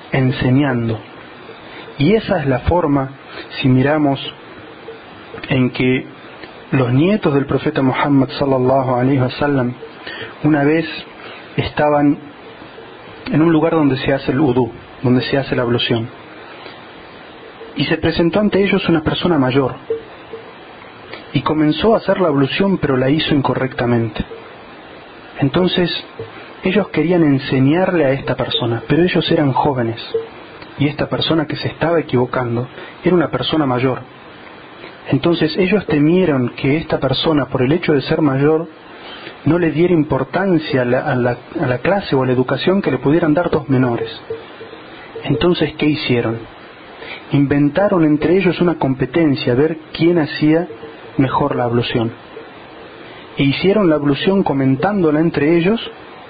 enseñando. Y esa es la forma, si miramos, en que los nietos del profeta Muhammad sallallahu alaihi wasallam una vez estaban en un lugar donde se hace el udú, donde se hace la ablución, y se presentó ante ellos una persona mayor y comenzó a hacer la ablución, pero la hizo incorrectamente. Entonces ellos querían enseñarle a esta persona, pero ellos eran jóvenes y esta persona que se estaba equivocando era una persona mayor. Entonces ellos temieron que esta persona, por el hecho de ser mayor, no le diera importancia a la, a la, a la clase o a la educación que le pudieran dar dos menores. Entonces, ¿qué hicieron? Inventaron entre ellos una competencia, a ver quién hacía mejor la ablución. E hicieron la ablución comentándola entre ellos,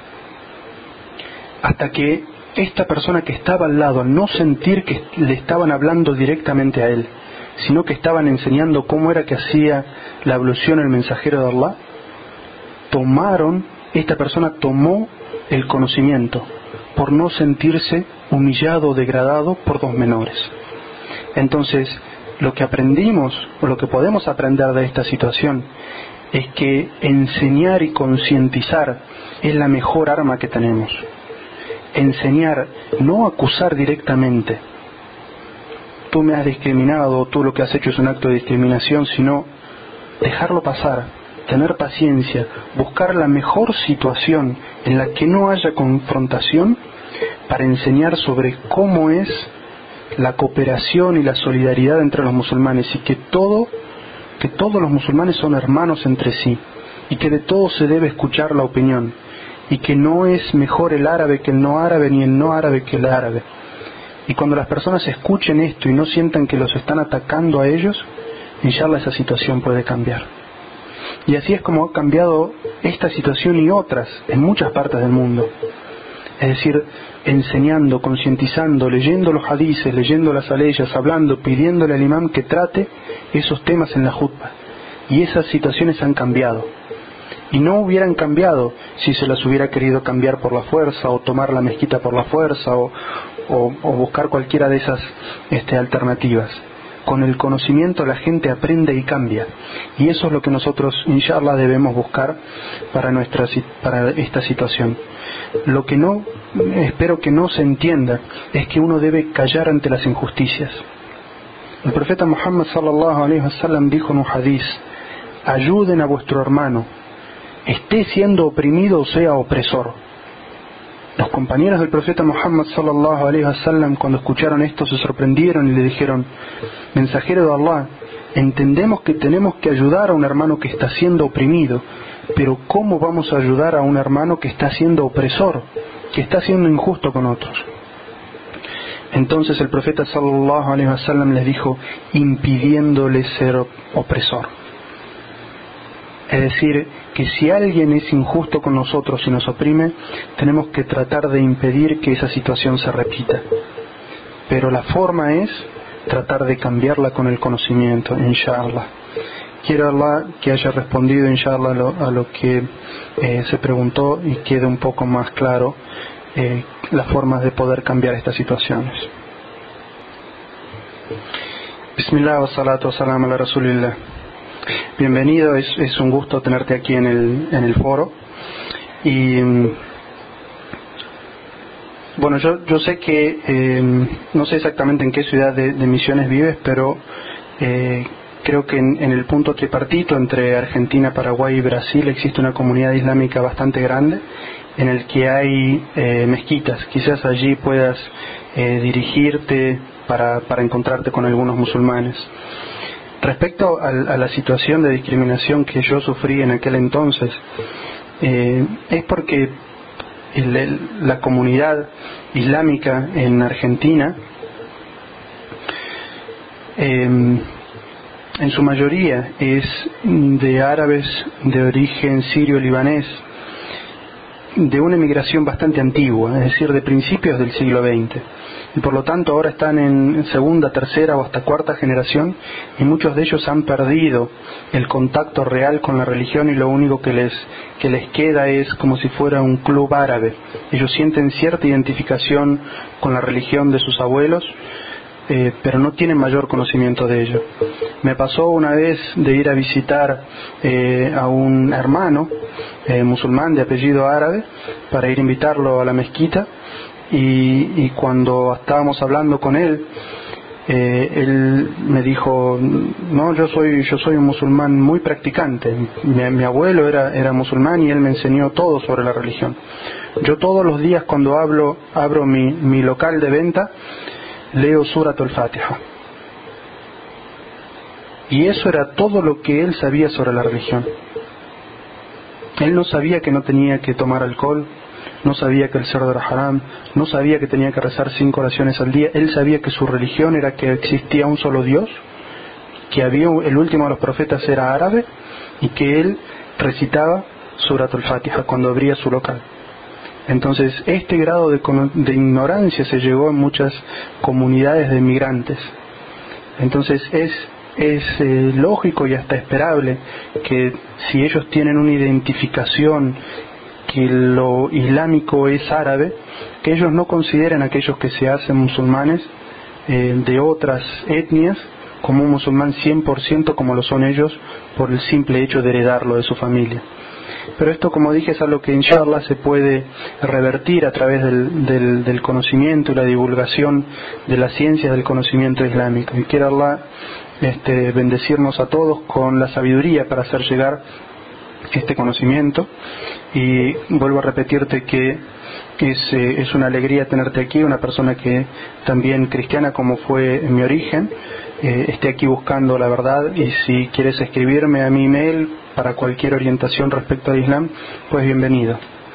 hasta que esta persona que estaba al lado, al no sentir que le estaban hablando directamente a él, sino que estaban enseñando cómo era que hacía la ablución el mensajero de Allah, tomaron, esta persona tomó el conocimiento por no sentirse humillado o degradado por dos menores. Entonces, lo que aprendimos, o lo que podemos aprender de esta situación, es que enseñar y concientizar es la mejor arma que tenemos. Enseñar, no acusar directamente. Tú me has discriminado, tú lo que has hecho es un acto de discriminación, sino dejarlo pasar, tener paciencia, buscar la mejor situación en la que no haya confrontación para enseñar sobre cómo es la cooperación y la solidaridad entre los musulmanes, y que todo, que todos los musulmanes son hermanos entre sí, y que de todos se debe escuchar la opinión, y que no es mejor el árabe que el no árabe, ni el no árabe que el árabe. Y cuando las personas escuchen esto y no sientan que los están atacando a ellos, inshallah esa situación puede cambiar. Y así es como ha cambiado esta situación y otras en muchas partes del mundo. Es decir, enseñando, concientizando, leyendo los hadices, leyendo las aleyas, hablando, pidiéndole al imam que trate esos temas en la jutba. Y esas situaciones han cambiado. Y no hubieran cambiado si se las hubiera querido cambiar por la fuerza, o tomar la mezquita por la fuerza, o, o, o buscar cualquiera de esas este, alternativas. Con el conocimiento la gente aprende y cambia. Y eso es lo que nosotros, inshallah, debemos buscar para, nuestra, para esta situación. Lo que no, espero que no se entienda, es que uno debe callar ante las injusticias. El profeta Muhammad sallallahu alaihi wasallam dijo en un hadiz: ayuden a vuestro hermano, esté siendo oprimido o sea opresor. Los compañeros del profeta Muhammad sallallahu alaihi wasallam, cuando escucharon esto, se sorprendieron y le dijeron: mensajero de Allah, entendemos que tenemos que ayudar a un hermano que está siendo oprimido, pero ¿cómo vamos a ayudar a un hermano que está siendo opresor, que está siendo injusto con otros? Entonces el profeta sallallahu alaihi wasallam les dijo: impidiéndole ser opresor. Es decir, que si alguien es injusto con nosotros y nos oprime, tenemos que tratar de impedir que esa situación se repita. Pero la forma es tratar de cambiarla con el conocimiento, inshallah. Quiero Allah que haya respondido, inshallah, a lo, a lo que eh, se preguntó, y quede un poco más claro eh, las formas de poder cambiar estas situaciones. Bismillah wa salatu wa salam ala rasulillah. Bienvenido, es, es un gusto tenerte aquí en el, en el foro. Y bueno, yo, yo sé que eh, no sé exactamente en qué ciudad de, de Misiones vives, pero eh, creo que en, en el punto tripartito entre Argentina, Paraguay y Brasil existe una comunidad islámica bastante grande en el que hay eh, mezquitas. Quizás allí puedas eh, dirigirte para, para encontrarte con algunos musulmanes. Respecto a, a la situación de discriminación que yo sufrí en aquel entonces, eh, es porque el, el, la comunidad islámica en Argentina, eh, en su mayoría es de árabes de origen sirio-libanés, de una emigración bastante antigua, es decir, de principios del siglo veinte. Y por lo tanto ahora están en segunda, tercera o hasta cuarta generación, y muchos de ellos han perdido el contacto real con la religión, y lo único que les, que les queda es como si fuera un club árabe. Ellos sienten cierta identificación con la religión de sus abuelos, eh, pero no tienen mayor conocimiento de ello. Me pasó una vez de ir a visitar eh, a un hermano eh, musulmán de apellido árabe para ir a invitarlo a la mezquita, y, y cuando estábamos hablando con él, eh, él me dijo: no, yo soy yo soy un musulmán muy practicante. Mi, mi abuelo era, era musulmán y él me enseñó todo sobre la religión. Yo todos los días cuando hablo, abro mi, mi local de venta, leo Surat al-Fatiha. Y eso era todo lo que él sabía sobre la religión. Él no sabía que no tenía que tomar alcohol, no sabía que el cerdo era haram, no sabía que tenía que rezar cinco oraciones al día. Él sabía que su religión era que existía un solo Dios, que había el último de los profetas era árabe, y que él recitaba Surat al-Fatiha cuando abría su local. Entonces, este grado de, de ignorancia se llegó en muchas comunidades de migrantes. Entonces, es, es eh, lógico y hasta esperable que si ellos tienen una identificación que lo islámico es árabe, que ellos no consideren a aquellos que se hacen musulmanes eh, de otras etnias como un musulmán cien por ciento como lo son ellos, por el simple hecho de heredarlo de su familia. Pero esto, como dije, es algo que inshallah se puede revertir a través del, del, del conocimiento y la divulgación de las ciencias del conocimiento islámico. Y quiera Allah este, bendecirnos a todos con la sabiduría para hacer llegar este conocimiento. Y vuelvo a repetirte que es, eh, es una alegría tenerte aquí, una persona que también cristiana como fue en mi origen, eh, esté aquí buscando la verdad. Y si quieres escribirme a mi email para cualquier orientación respecto al Islam, pues bienvenido.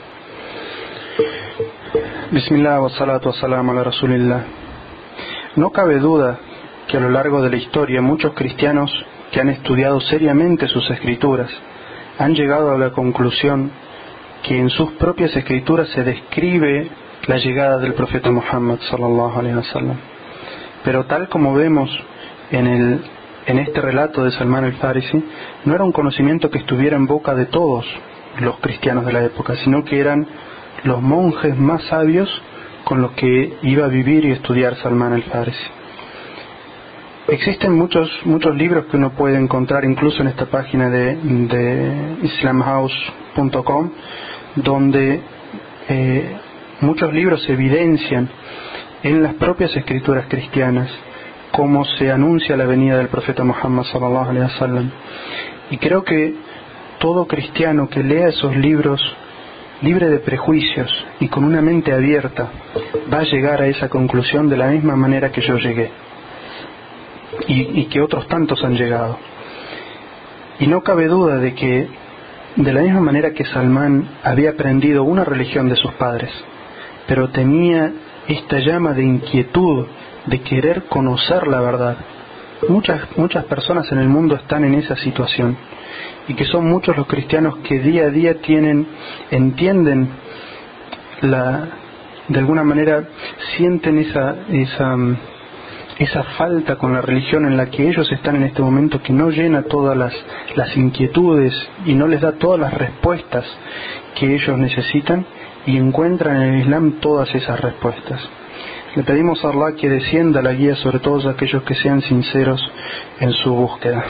Bismillah wa salatu wa salam ala Rasulillah. No cabe duda que a lo largo de la historia muchos cristianos que han estudiado seriamente sus escrituras han llegado a la conclusión que en sus propias escrituras se describe la llegada del profeta Muhammad sallallahu alaihi wasallam. Pero tal como vemos en el en este relato de Salman al-Farisi, no era un conocimiento que estuviera en boca de todos los cristianos de la época, sino que eran los monjes más sabios con los que iba a vivir y estudiar Salman al-Farisi. Existen muchos muchos libros que uno puede encontrar incluso en esta página de, de islam house punto com, donde eh, muchos libros evidencian en las propias escrituras cristianas cómo se anuncia la venida del profeta Muhammad sallallahu alaihi wasallam. Y creo que todo cristiano que lea esos libros libre de prejuicios y con una mente abierta va a llegar a esa conclusión de la misma manera que yo llegué y, y que otros tantos han llegado. Y no cabe duda de que de la misma manera que Salmán había aprendido una religión de sus padres, pero tenía esta llama de inquietud de querer conocer la verdad. Muchas, muchas personas en el mundo están en esa situación, y que son muchos los cristianos que día a día tienen, entienden la, de alguna manera sienten esa, esa, esa falta con la religión en la que ellos están en este momento, que no llena todas las, las inquietudes y no les da todas las respuestas que ellos necesitan, y encuentran en el Islam todas esas respuestas. Le pedimos a Allah que descienda la guía sobre todos aquellos que sean sinceros en su búsqueda.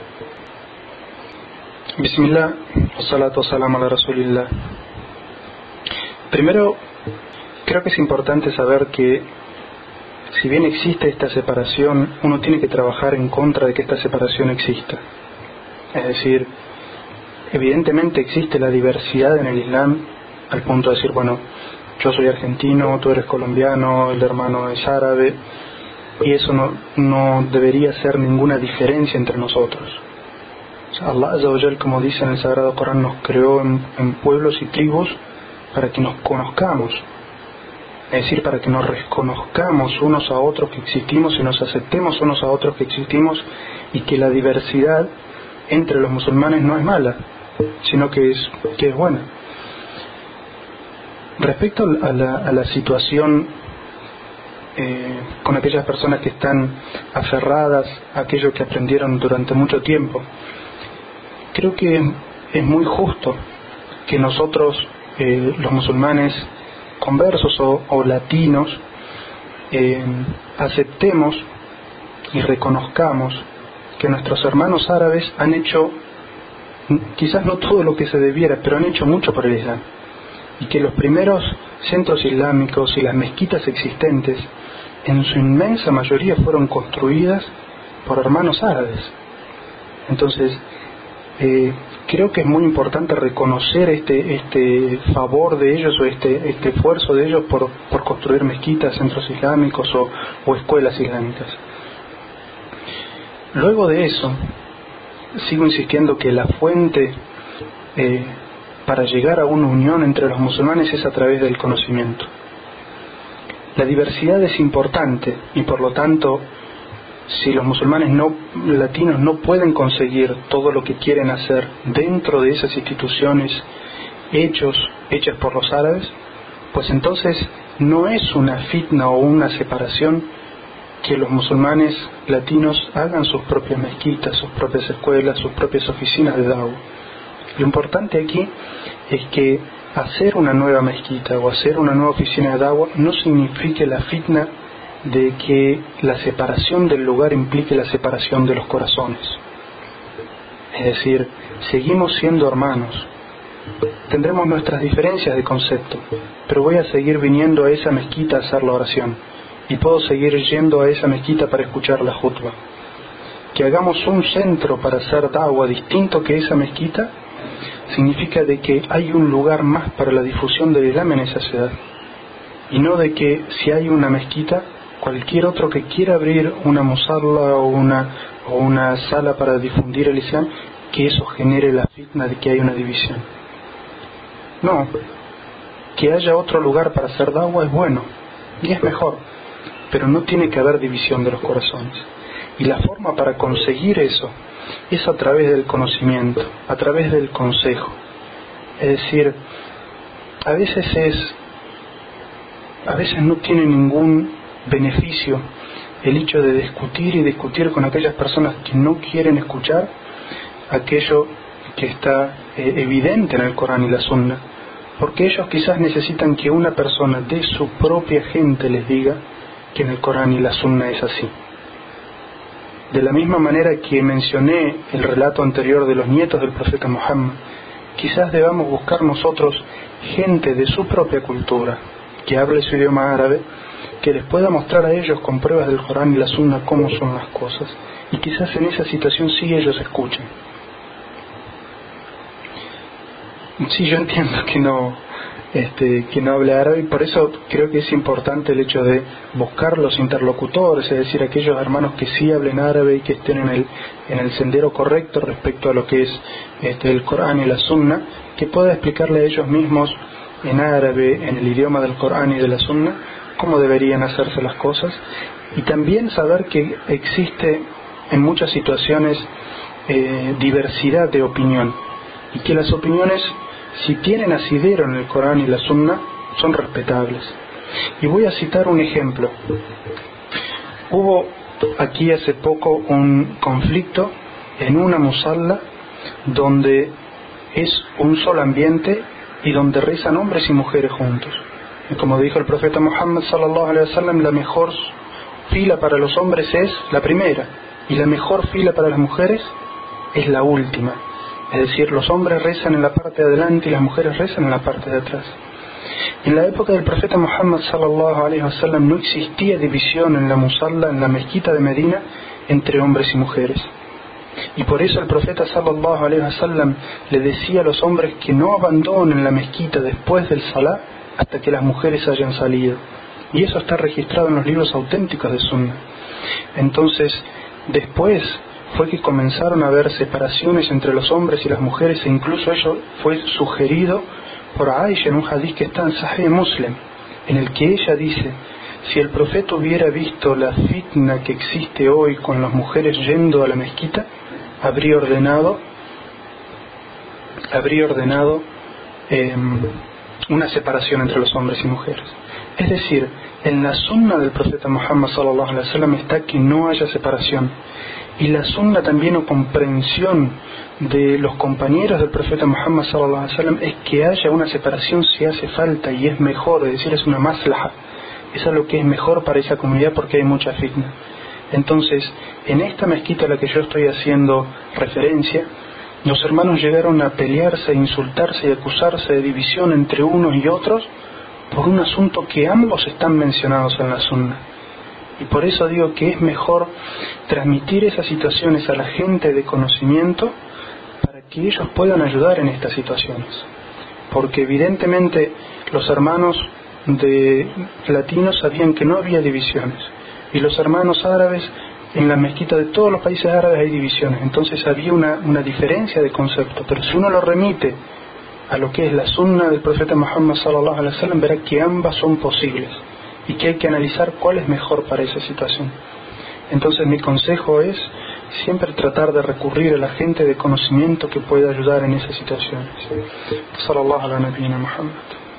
Bismillah, salatu salam ala Rasulillah. Primero, creo que es importante saber que si bien existe esta separación, uno tiene que trabajar en contra de que esta separación exista. Es decir, evidentemente existe la diversidad en el Islam al punto de decir, bueno, yo soy argentino, tú eres colombiano, el hermano es árabe, y eso no, no debería ser ninguna diferencia entre nosotros. O sea, Allah Azza wa Jal, como dice en el Sagrado Corán, nos creó en, en pueblos y tribus para que nos conozcamos, es decir, para que nos reconozcamos unos a otros que existimos y nos aceptemos unos a otros que existimos, y que la diversidad entre los musulmanes no es mala, sino que es, que es buena. Respecto a la, a la situación eh, con aquellas personas que están aferradas a aquello que aprendieron durante mucho tiempo, creo que es muy justo que nosotros, eh, los musulmanes conversos o, o latinos, eh, aceptemos y reconozcamos que nuestros hermanos árabes han hecho, quizás no todo lo que se debiera, pero han hecho mucho por el Islam, y que los primeros centros islámicos y las mezquitas existentes en su inmensa mayoría fueron construidas por hermanos árabes. Entonces eh, creo que es muy importante reconocer este este favor de ellos o este este esfuerzo de ellos por, por construir mezquitas, centros islámicos o, o escuelas islámicas. Luego de eso, sigo insistiendo que la fuente eh, para llegar a una unión entre los musulmanes es a través del conocimiento. La diversidad es importante y por lo tanto, si los musulmanes no latinos no pueden conseguir todo lo que quieren hacer dentro de esas instituciones hechos, hechas por los árabes, pues entonces no es una fitna o una separación que los musulmanes latinos hagan sus propias mezquitas, sus propias escuelas, sus propias oficinas de da'wah. Lo importante aquí es que hacer una nueva mezquita o hacer una nueva oficina de da'wah no signifique la fitna de que la separación del lugar implique la separación de los corazones. Es decir, seguimos siendo hermanos, tendremos nuestras diferencias de concepto, pero voy a seguir viniendo a esa mezquita a hacer la oración y puedo seguir yendo a esa mezquita para escuchar la jutba. Que hagamos un centro para hacer da'wah distinto que esa mezquita significa de que hay un lugar más para la difusión del Islam en esa ciudad, y no de que si hay una mezquita, cualquier otro que quiera abrir una musalla o una, o una sala para difundir el Islam, que eso genere la fitna de que hay una división. No, que haya otro lugar para hacer da'wah es bueno y es mejor, pero no tiene que haber división de los corazones. Y la forma para conseguir eso es a través del conocimiento, a través del consejo. Es decir, a veces es, a veces no tiene ningún beneficio el hecho de discutir y discutir con aquellas personas que no quieren escuchar aquello que está eh, evidente en el Corán y la Sunna, porque ellos quizás necesitan que una persona de su propia gente les diga que en el Corán y la Sunna es así. De la misma manera que mencioné el relato anterior de los nietos del profeta Muhammad, quizás debamos buscar nosotros gente de su propia cultura, que hable su idioma árabe, que les pueda mostrar a ellos con pruebas del Corán y la Sunna cómo son las cosas, y quizás en esa situación sí ellos escuchen. Sí, yo entiendo que no este, que no hable árabe, y por eso creo que es importante el hecho de buscar los interlocutores, es decir, aquellos hermanos que sí hablen árabe y que estén en el, en el sendero correcto respecto a lo que es este, el Corán y la Sunna, que pueda explicarle a ellos mismos en árabe, en el idioma del Corán y de la Sunna, cómo deberían hacerse las cosas, y también saber que existe en muchas situaciones eh, diversidad de opinión, y que las opiniones, si tienen asidero en el Corán y la Sunna, son respetables. Y voy a citar un ejemplo. Hubo aquí hace poco un conflicto en una musalla donde es un solo ambiente y donde rezan hombres y mujeres juntos. Y como dijo el profeta Muhammad sallallahu alaihi wasallam, la mejor fila para los hombres es la primera y la mejor fila para las mujeres es la última. Es decir, los hombres rezan en la parte de adelante y las mujeres rezan en la parte de atrás. En la época del profeta Muhammad sallallahu alaihi wasallam no existía división en la musalla, en la mezquita de Medina, entre hombres y mujeres. Y por eso el profeta sallallahu alaihi wasallam le decía a los hombres que no abandonen la mezquita después del salah hasta que las mujeres hayan salido. Y eso está registrado en los libros auténticos de Sunna. Entonces, después fue que comenzaron a haber separaciones entre los hombres y las mujeres, e incluso ello fue sugerido por Aisha en un hadith que está en Sahih Muslim, en el que ella dice: si el profeta hubiera visto la fitna que existe hoy con las mujeres yendo a la mezquita, habría ordenado habría ordenado eh, una separación entre los hombres y mujeres. Es decir, en la sunna del profeta Muhammad sallallahu alaihi wasallam está que no haya separación. Y la sunna también o comprensión de los compañeros del profeta Muhammad sallallahu alaihi wasallam es que haya una separación si hace falta y es mejor, es decir, es una maslaha. Es algo que es mejor para esa comunidad porque hay mucha fitna. Entonces, en esta mezquita a la que yo estoy haciendo referencia, los hermanos llegaron a pelearse, a insultarse y acusarse de división entre unos y otros por un asunto que ambos están mencionados en la sunna. Y por eso digo que es mejor transmitir esas situaciones a la gente de conocimiento para que ellos puedan ayudar en estas situaciones. Porque evidentemente los hermanos de latinos sabían que no había divisiones. Y los hermanos árabes, en la mezquita de todos los países árabes hay divisiones. Entonces había una, una diferencia de concepto. Pero si uno lo remite a lo que es la sunna del profeta Muhammad sallallahu alaihi wasallam, verá que ambas son posibles y que hay que analizar cuál es mejor para esa situación. Entonces mi consejo es siempre tratar de recurrir a la gente de conocimiento que pueda ayudar en esas situaciones. Sallallahu ala nabiyina Muhammad.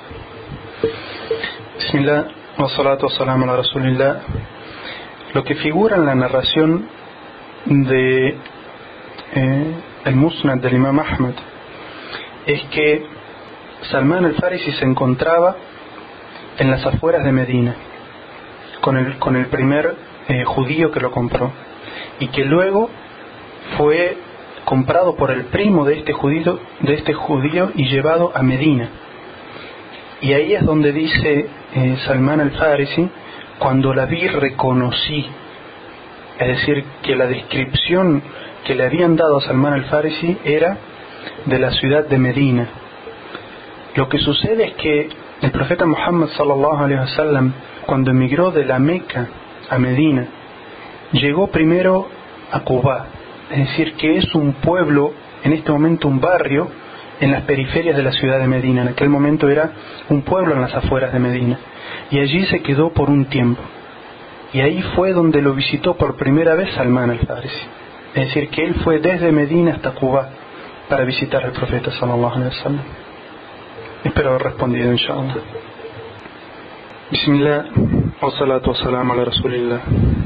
Bismillah wa salatu wa salam ala rasulillah. Lo que figura en la narración de eh, el Musnad del Imam Ahmad es que Salman al-Farisi se encontraba en las afueras de Medina con el, con el primer eh, judío que lo compró, y que luego fue comprado por el primo de este judío, de este judío y llevado a Medina. Y ahí es donde dice eh, Salman al-Farisi: cuando la vi reconocí. Es decir, que la descripción que le habían dado a Salman al-Farisi era de la ciudad de Medina. Lo que sucede es que el profeta Muhammad sallallahu alaihi wasallam, cuando emigró de la Meca a Medina, llegó primero a Quba, es decir, que es un pueblo, en este momento un barrio en las periferias de la ciudad de Medina. En aquel momento era un pueblo en las afueras de Medina, y allí se quedó por un tiempo, y ahí fue donde lo visitó por primera vez Salman al-Farisi. Es decir, que él fue desde Medina hasta Quba para visitar al profeta sallallahu alaihi wasallam. Espero haber respondido, inshallah. Bismillah wa salatu wa salam ala rasulillah.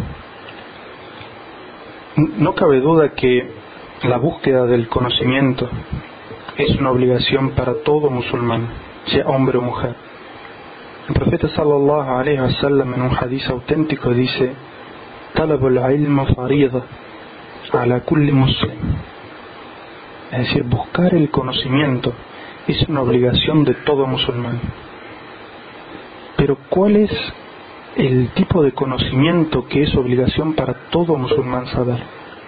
No cabe duda que la búsqueda del conocimiento es una obligación para todo musulmán, sea hombre o mujer. El profeta sallallahu alaihi wasallam en un hadiz auténtico dice: talabul ilm farida ala kulli muslim. Es decir, buscar el conocimiento es una obligación de todo musulmán. Pero ¿cuál es el tipo de conocimiento que es obligación para todo musulmán saber?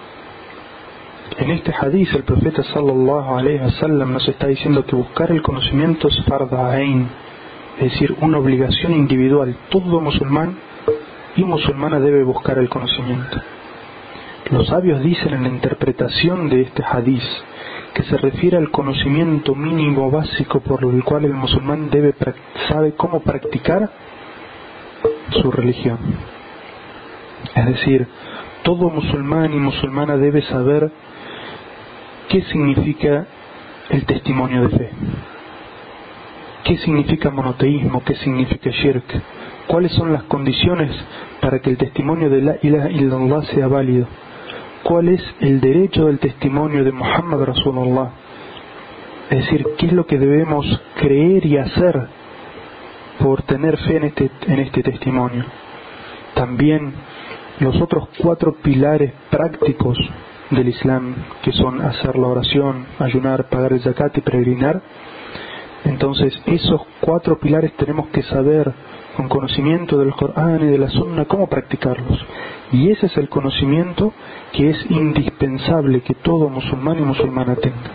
En este hadith el profeta sallallahu alaihi wasallam nos está diciendo que buscar el conocimiento es fard ain, es decir, una obligación individual. Todo musulmán y musulmana debe buscar el conocimiento. Los sabios dicen en la interpretación de este hadith que se refiere al conocimiento mínimo básico por el cual el musulmán debe sabe cómo practicar su religión. Es decir, todo musulmán y musulmana debe saber qué significa el testimonio de fe, qué significa monoteísmo, qué significa shirk, cuáles son las condiciones para que el testimonio de la ilaha illallah sea válido, cuál es el derecho del testimonio de Muhammad Rasulullah, es decir, qué es lo que debemos creer y hacer por tener fe en este, en este testimonio. También los otros cuatro pilares prácticos del Islam, que son hacer la oración, ayunar, pagar el zakat y peregrinar. Entonces esos cuatro pilares tenemos que saber con conocimiento del Corán y de la Sunna cómo practicarlos, y ese es el conocimiento que es indispensable que todo musulmán y musulmana tenga.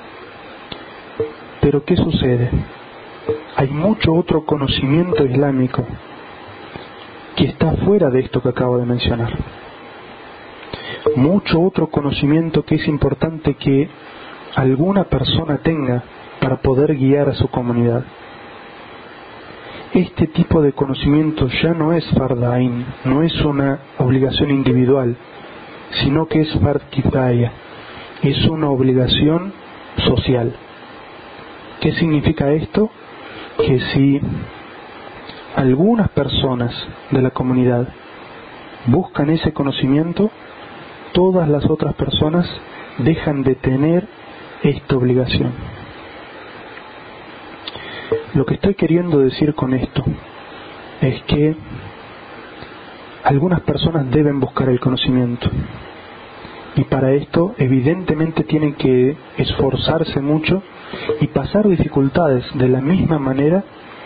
Pero ¿qué sucede? Hay mucho otro conocimiento islámico que está fuera de esto que acabo de mencionar, mucho otro conocimiento que es importante que alguna persona tenga para poder guiar a su comunidad. Este tipo de conocimiento ya no es fard ain, no es una obligación individual, sino que es fard kifaya, es una obligación social. ¿Qué significa esto? que si algunas personas de la comunidad buscan ese conocimiento, todas las otras personas dejan de tener esta obligación. Lo que estoy queriendo decir con esto es que algunas personas deben buscar el conocimiento, y para esto evidentemente tienen que esforzarse mucho y pasar dificultades de la misma manera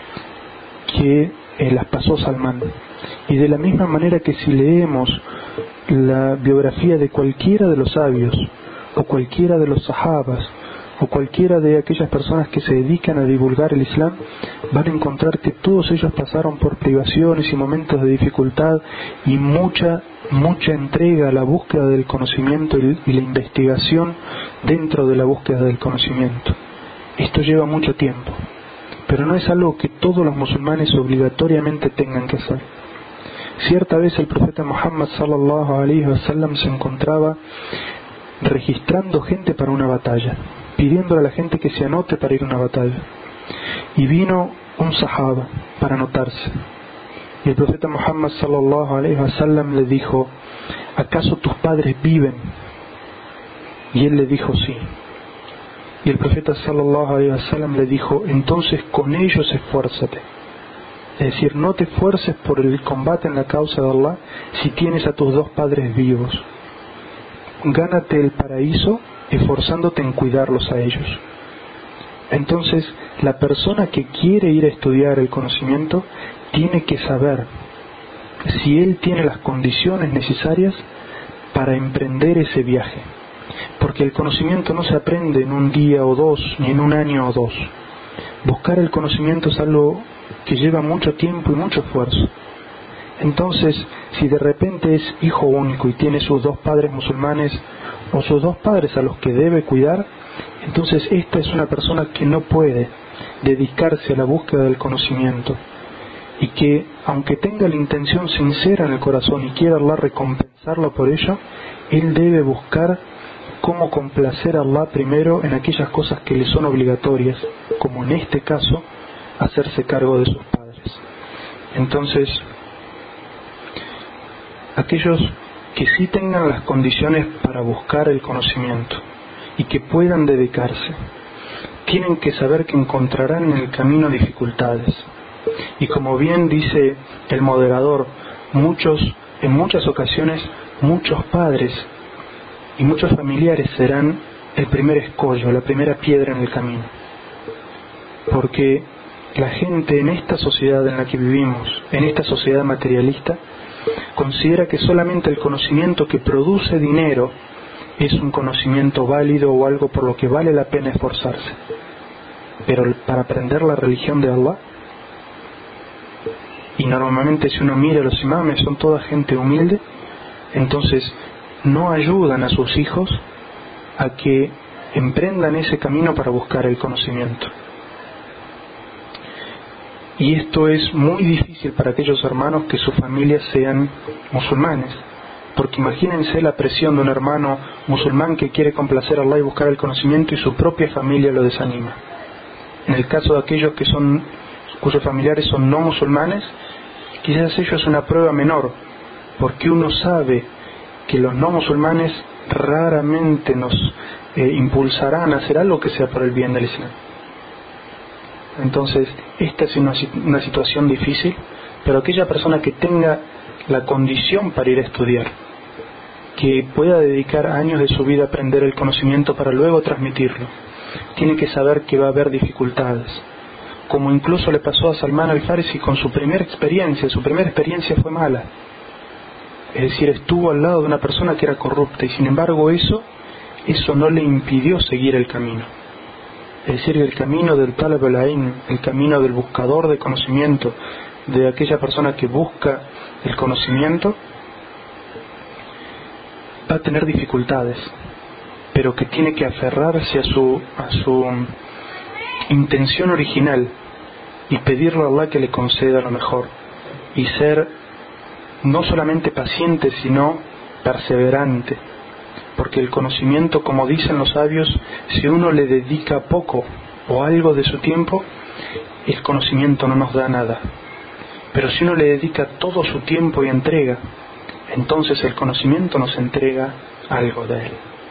que eh, las pasó Salmán, y de la misma manera que si leemos la biografía de cualquiera de los sabios o cualquiera de los sahabas o cualquiera de aquellas personas que se dedican a divulgar el Islam, van a encontrar que todos ellos pasaron por privaciones y momentos de dificultad y mucha, mucha entrega a la búsqueda del conocimiento y la investigación dentro de la búsqueda del conocimiento. Esto lleva mucho tiempo, pero no es algo que todos los musulmanes obligatoriamente tengan que hacer. Cierta vez el profeta Muhammad sallallahu alaihi wasallam se encontraba registrando gente para una batalla, pidiéndole a la gente que se anote para ir a una batalla, y vino un sahaba para anotarse, y el profeta Muhammad sallallahu alaihi wasallam le dijo: ¿acaso tus padres viven? Y él le dijo: sí. Y el profeta sallallahu alaihi wasallam le dijo: entonces con ellos esfuérzate. Es decir, no te esfuerces por el combate en la causa de Allah si tienes a tus dos padres vivos. Gánate el paraíso esforzándote en cuidarlos a ellos. Entonces, la persona que quiere ir a estudiar el conocimiento tiene que saber si él tiene las condiciones necesarias para emprender ese viaje. Porque el conocimiento no se aprende en un día o dos, ni en un año o dos. Buscar el conocimiento es algo que lleva mucho tiempo y mucho esfuerzo. Entonces, si de repente es hijo único y tiene sus dos padres musulmanes o sus dos padres a los que debe cuidar, entonces esta es una persona que no puede dedicarse a la búsqueda del conocimiento, y que aunque tenga la intención sincera en el corazón y quiera Allah recompensarlo por ello, él debe buscar cómo complacer a Allah primero en aquellas cosas que le son obligatorias, como en este caso hacerse cargo de sus padres. Entonces, aquellos que sí tengan las condiciones para buscar el conocimiento y que puedan dedicarse, tienen que saber que encontrarán en el camino dificultades. Y como bien dice el moderador, muchos, en muchas ocasiones, muchos padres y muchos familiares serán el primer escollo, la primera piedra en el camino. Porque la gente en esta sociedad en la que vivimos, en esta sociedad materialista, considera que solamente el conocimiento que produce dinero es un conocimiento válido o algo por lo que vale la pena esforzarse. Pero para aprender la religión de Allah, y normalmente si uno mira a los imames son toda gente humilde, entonces no ayudan a sus hijos a que emprendan ese camino para buscar el conocimiento. Y esto es muy difícil para aquellos hermanos que sus familias sean musulmanes, porque imagínense la presión de un hermano musulmán que quiere complacer a Allah y buscar el conocimiento y su propia familia lo desanima. En el caso de aquellos que son, cuyos familiares son no musulmanes, quizás ello es una prueba menor, porque uno sabe que los no musulmanes raramente nos eh, impulsarán a hacer algo que sea por el bien del Islam. Entonces, esta es una, una situación difícil, pero aquella persona que tenga la condición para ir a estudiar, que pueda dedicar años de su vida a aprender el conocimiento para luego transmitirlo, tiene que saber que va a haber dificultades, como incluso le pasó a Salmán al-Farisi con su primera experiencia. Su primera experiencia fue mala, es decir, estuvo al lado de una persona que era corrupta, y sin embargo eso, eso no le impidió seguir el camino. Es decir, el camino del talab al-ilm, el camino del buscador de conocimiento, de aquella persona que busca el conocimiento, va a tener dificultades, pero que tiene que aferrarse a su, a su intención original y pedirle a Allah que le conceda lo mejor, y ser no solamente paciente, sino perseverante. Porque el conocimiento, como dicen los sabios, si uno le dedica poco o algo de su tiempo, el conocimiento no nos da nada. Pero si uno le dedica todo su tiempo y entrega, entonces el conocimiento nos entrega algo de él.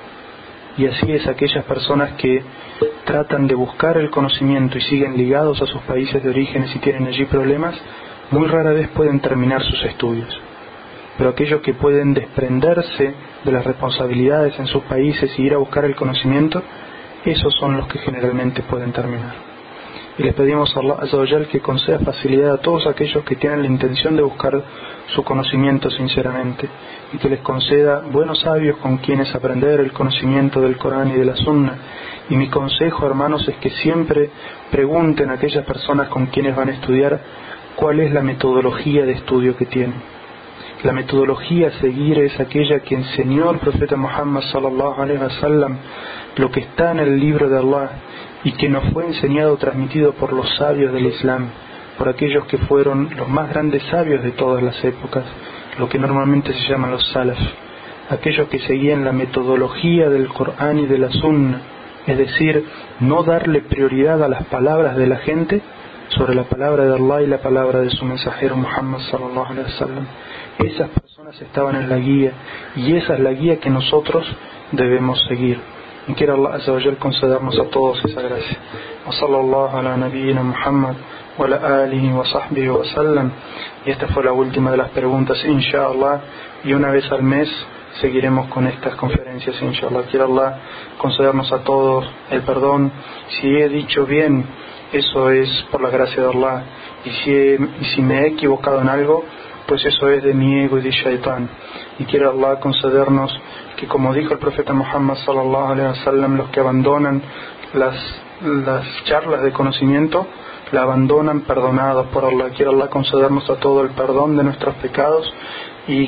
Y así es, aquellas personas que tratan de buscar el conocimiento y siguen ligados a sus países de orígenes y tienen allí problemas, muy rara vez pueden terminar sus estudios. Pero aquellos que pueden desprenderse de las responsabilidades en sus países y ir a buscar el conocimiento, esos son los que generalmente pueden terminar. Y les pedimos a Allah Azza wa Jal que conceda facilidad a todos aquellos que tienen la intención de buscar su conocimiento sinceramente, y que les conceda buenos sabios con quienes aprender el conocimiento del Corán y de la Sunna. Y mi consejo, hermanos, es que siempre pregunten a aquellas personas con quienes van a estudiar cuál es la metodología de estudio que tienen. La metodología a seguir es aquella que enseñó el profeta Muhammad sallallahu alaihi wasallam, lo que está en el libro de Allah, y que nos fue enseñado, transmitido por los sabios del Islam, por aquellos que fueron los más grandes sabios de todas las épocas, lo que normalmente se llaman los salaf, aquellos que seguían la metodología del Corán y de la Sunna, es decir, no darle prioridad a las palabras de la gente sobre la palabra de Allah y la palabra de su mensajero Muhammad sallallahu alaihi wasallam. Esas personas estaban en la guía, y esa es la guía que nosotros debemos seguir. Y quiera Allah Azza wa Jal concedernos a todos esa gracia. Wa sallallahu ala nabiyyina Muhammad wa ala alihi wa sahbihi wa sallam. Y esta fue la última de las preguntas, inshallah, y una vez al mes seguiremos con estas conferencias, inshallah. Quiera Allah concedernos a todos el perdón. Si he dicho bien, eso es por la gracia de Allah, y si, he, y si me he equivocado en algo, pues eso es de mi ego y de Shaitán. Y quiere Allah concedernos que, como dijo el profeta Muhammad sallallahu alaihi wasallam, los que abandonan las, las charlas de conocimiento, la abandonan perdonados por Allah. Quiere Allah concedernos a todo el perdón de nuestros pecados y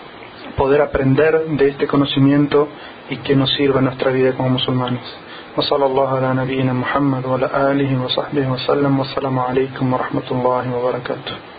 poder aprender de este conocimiento y que nos sirva en nuestra vida como musulmanes. وصلى الله على نبينا محمد وعلى آله وصحبه وسلم والسلام عليكم ورحمة الله وبركاته.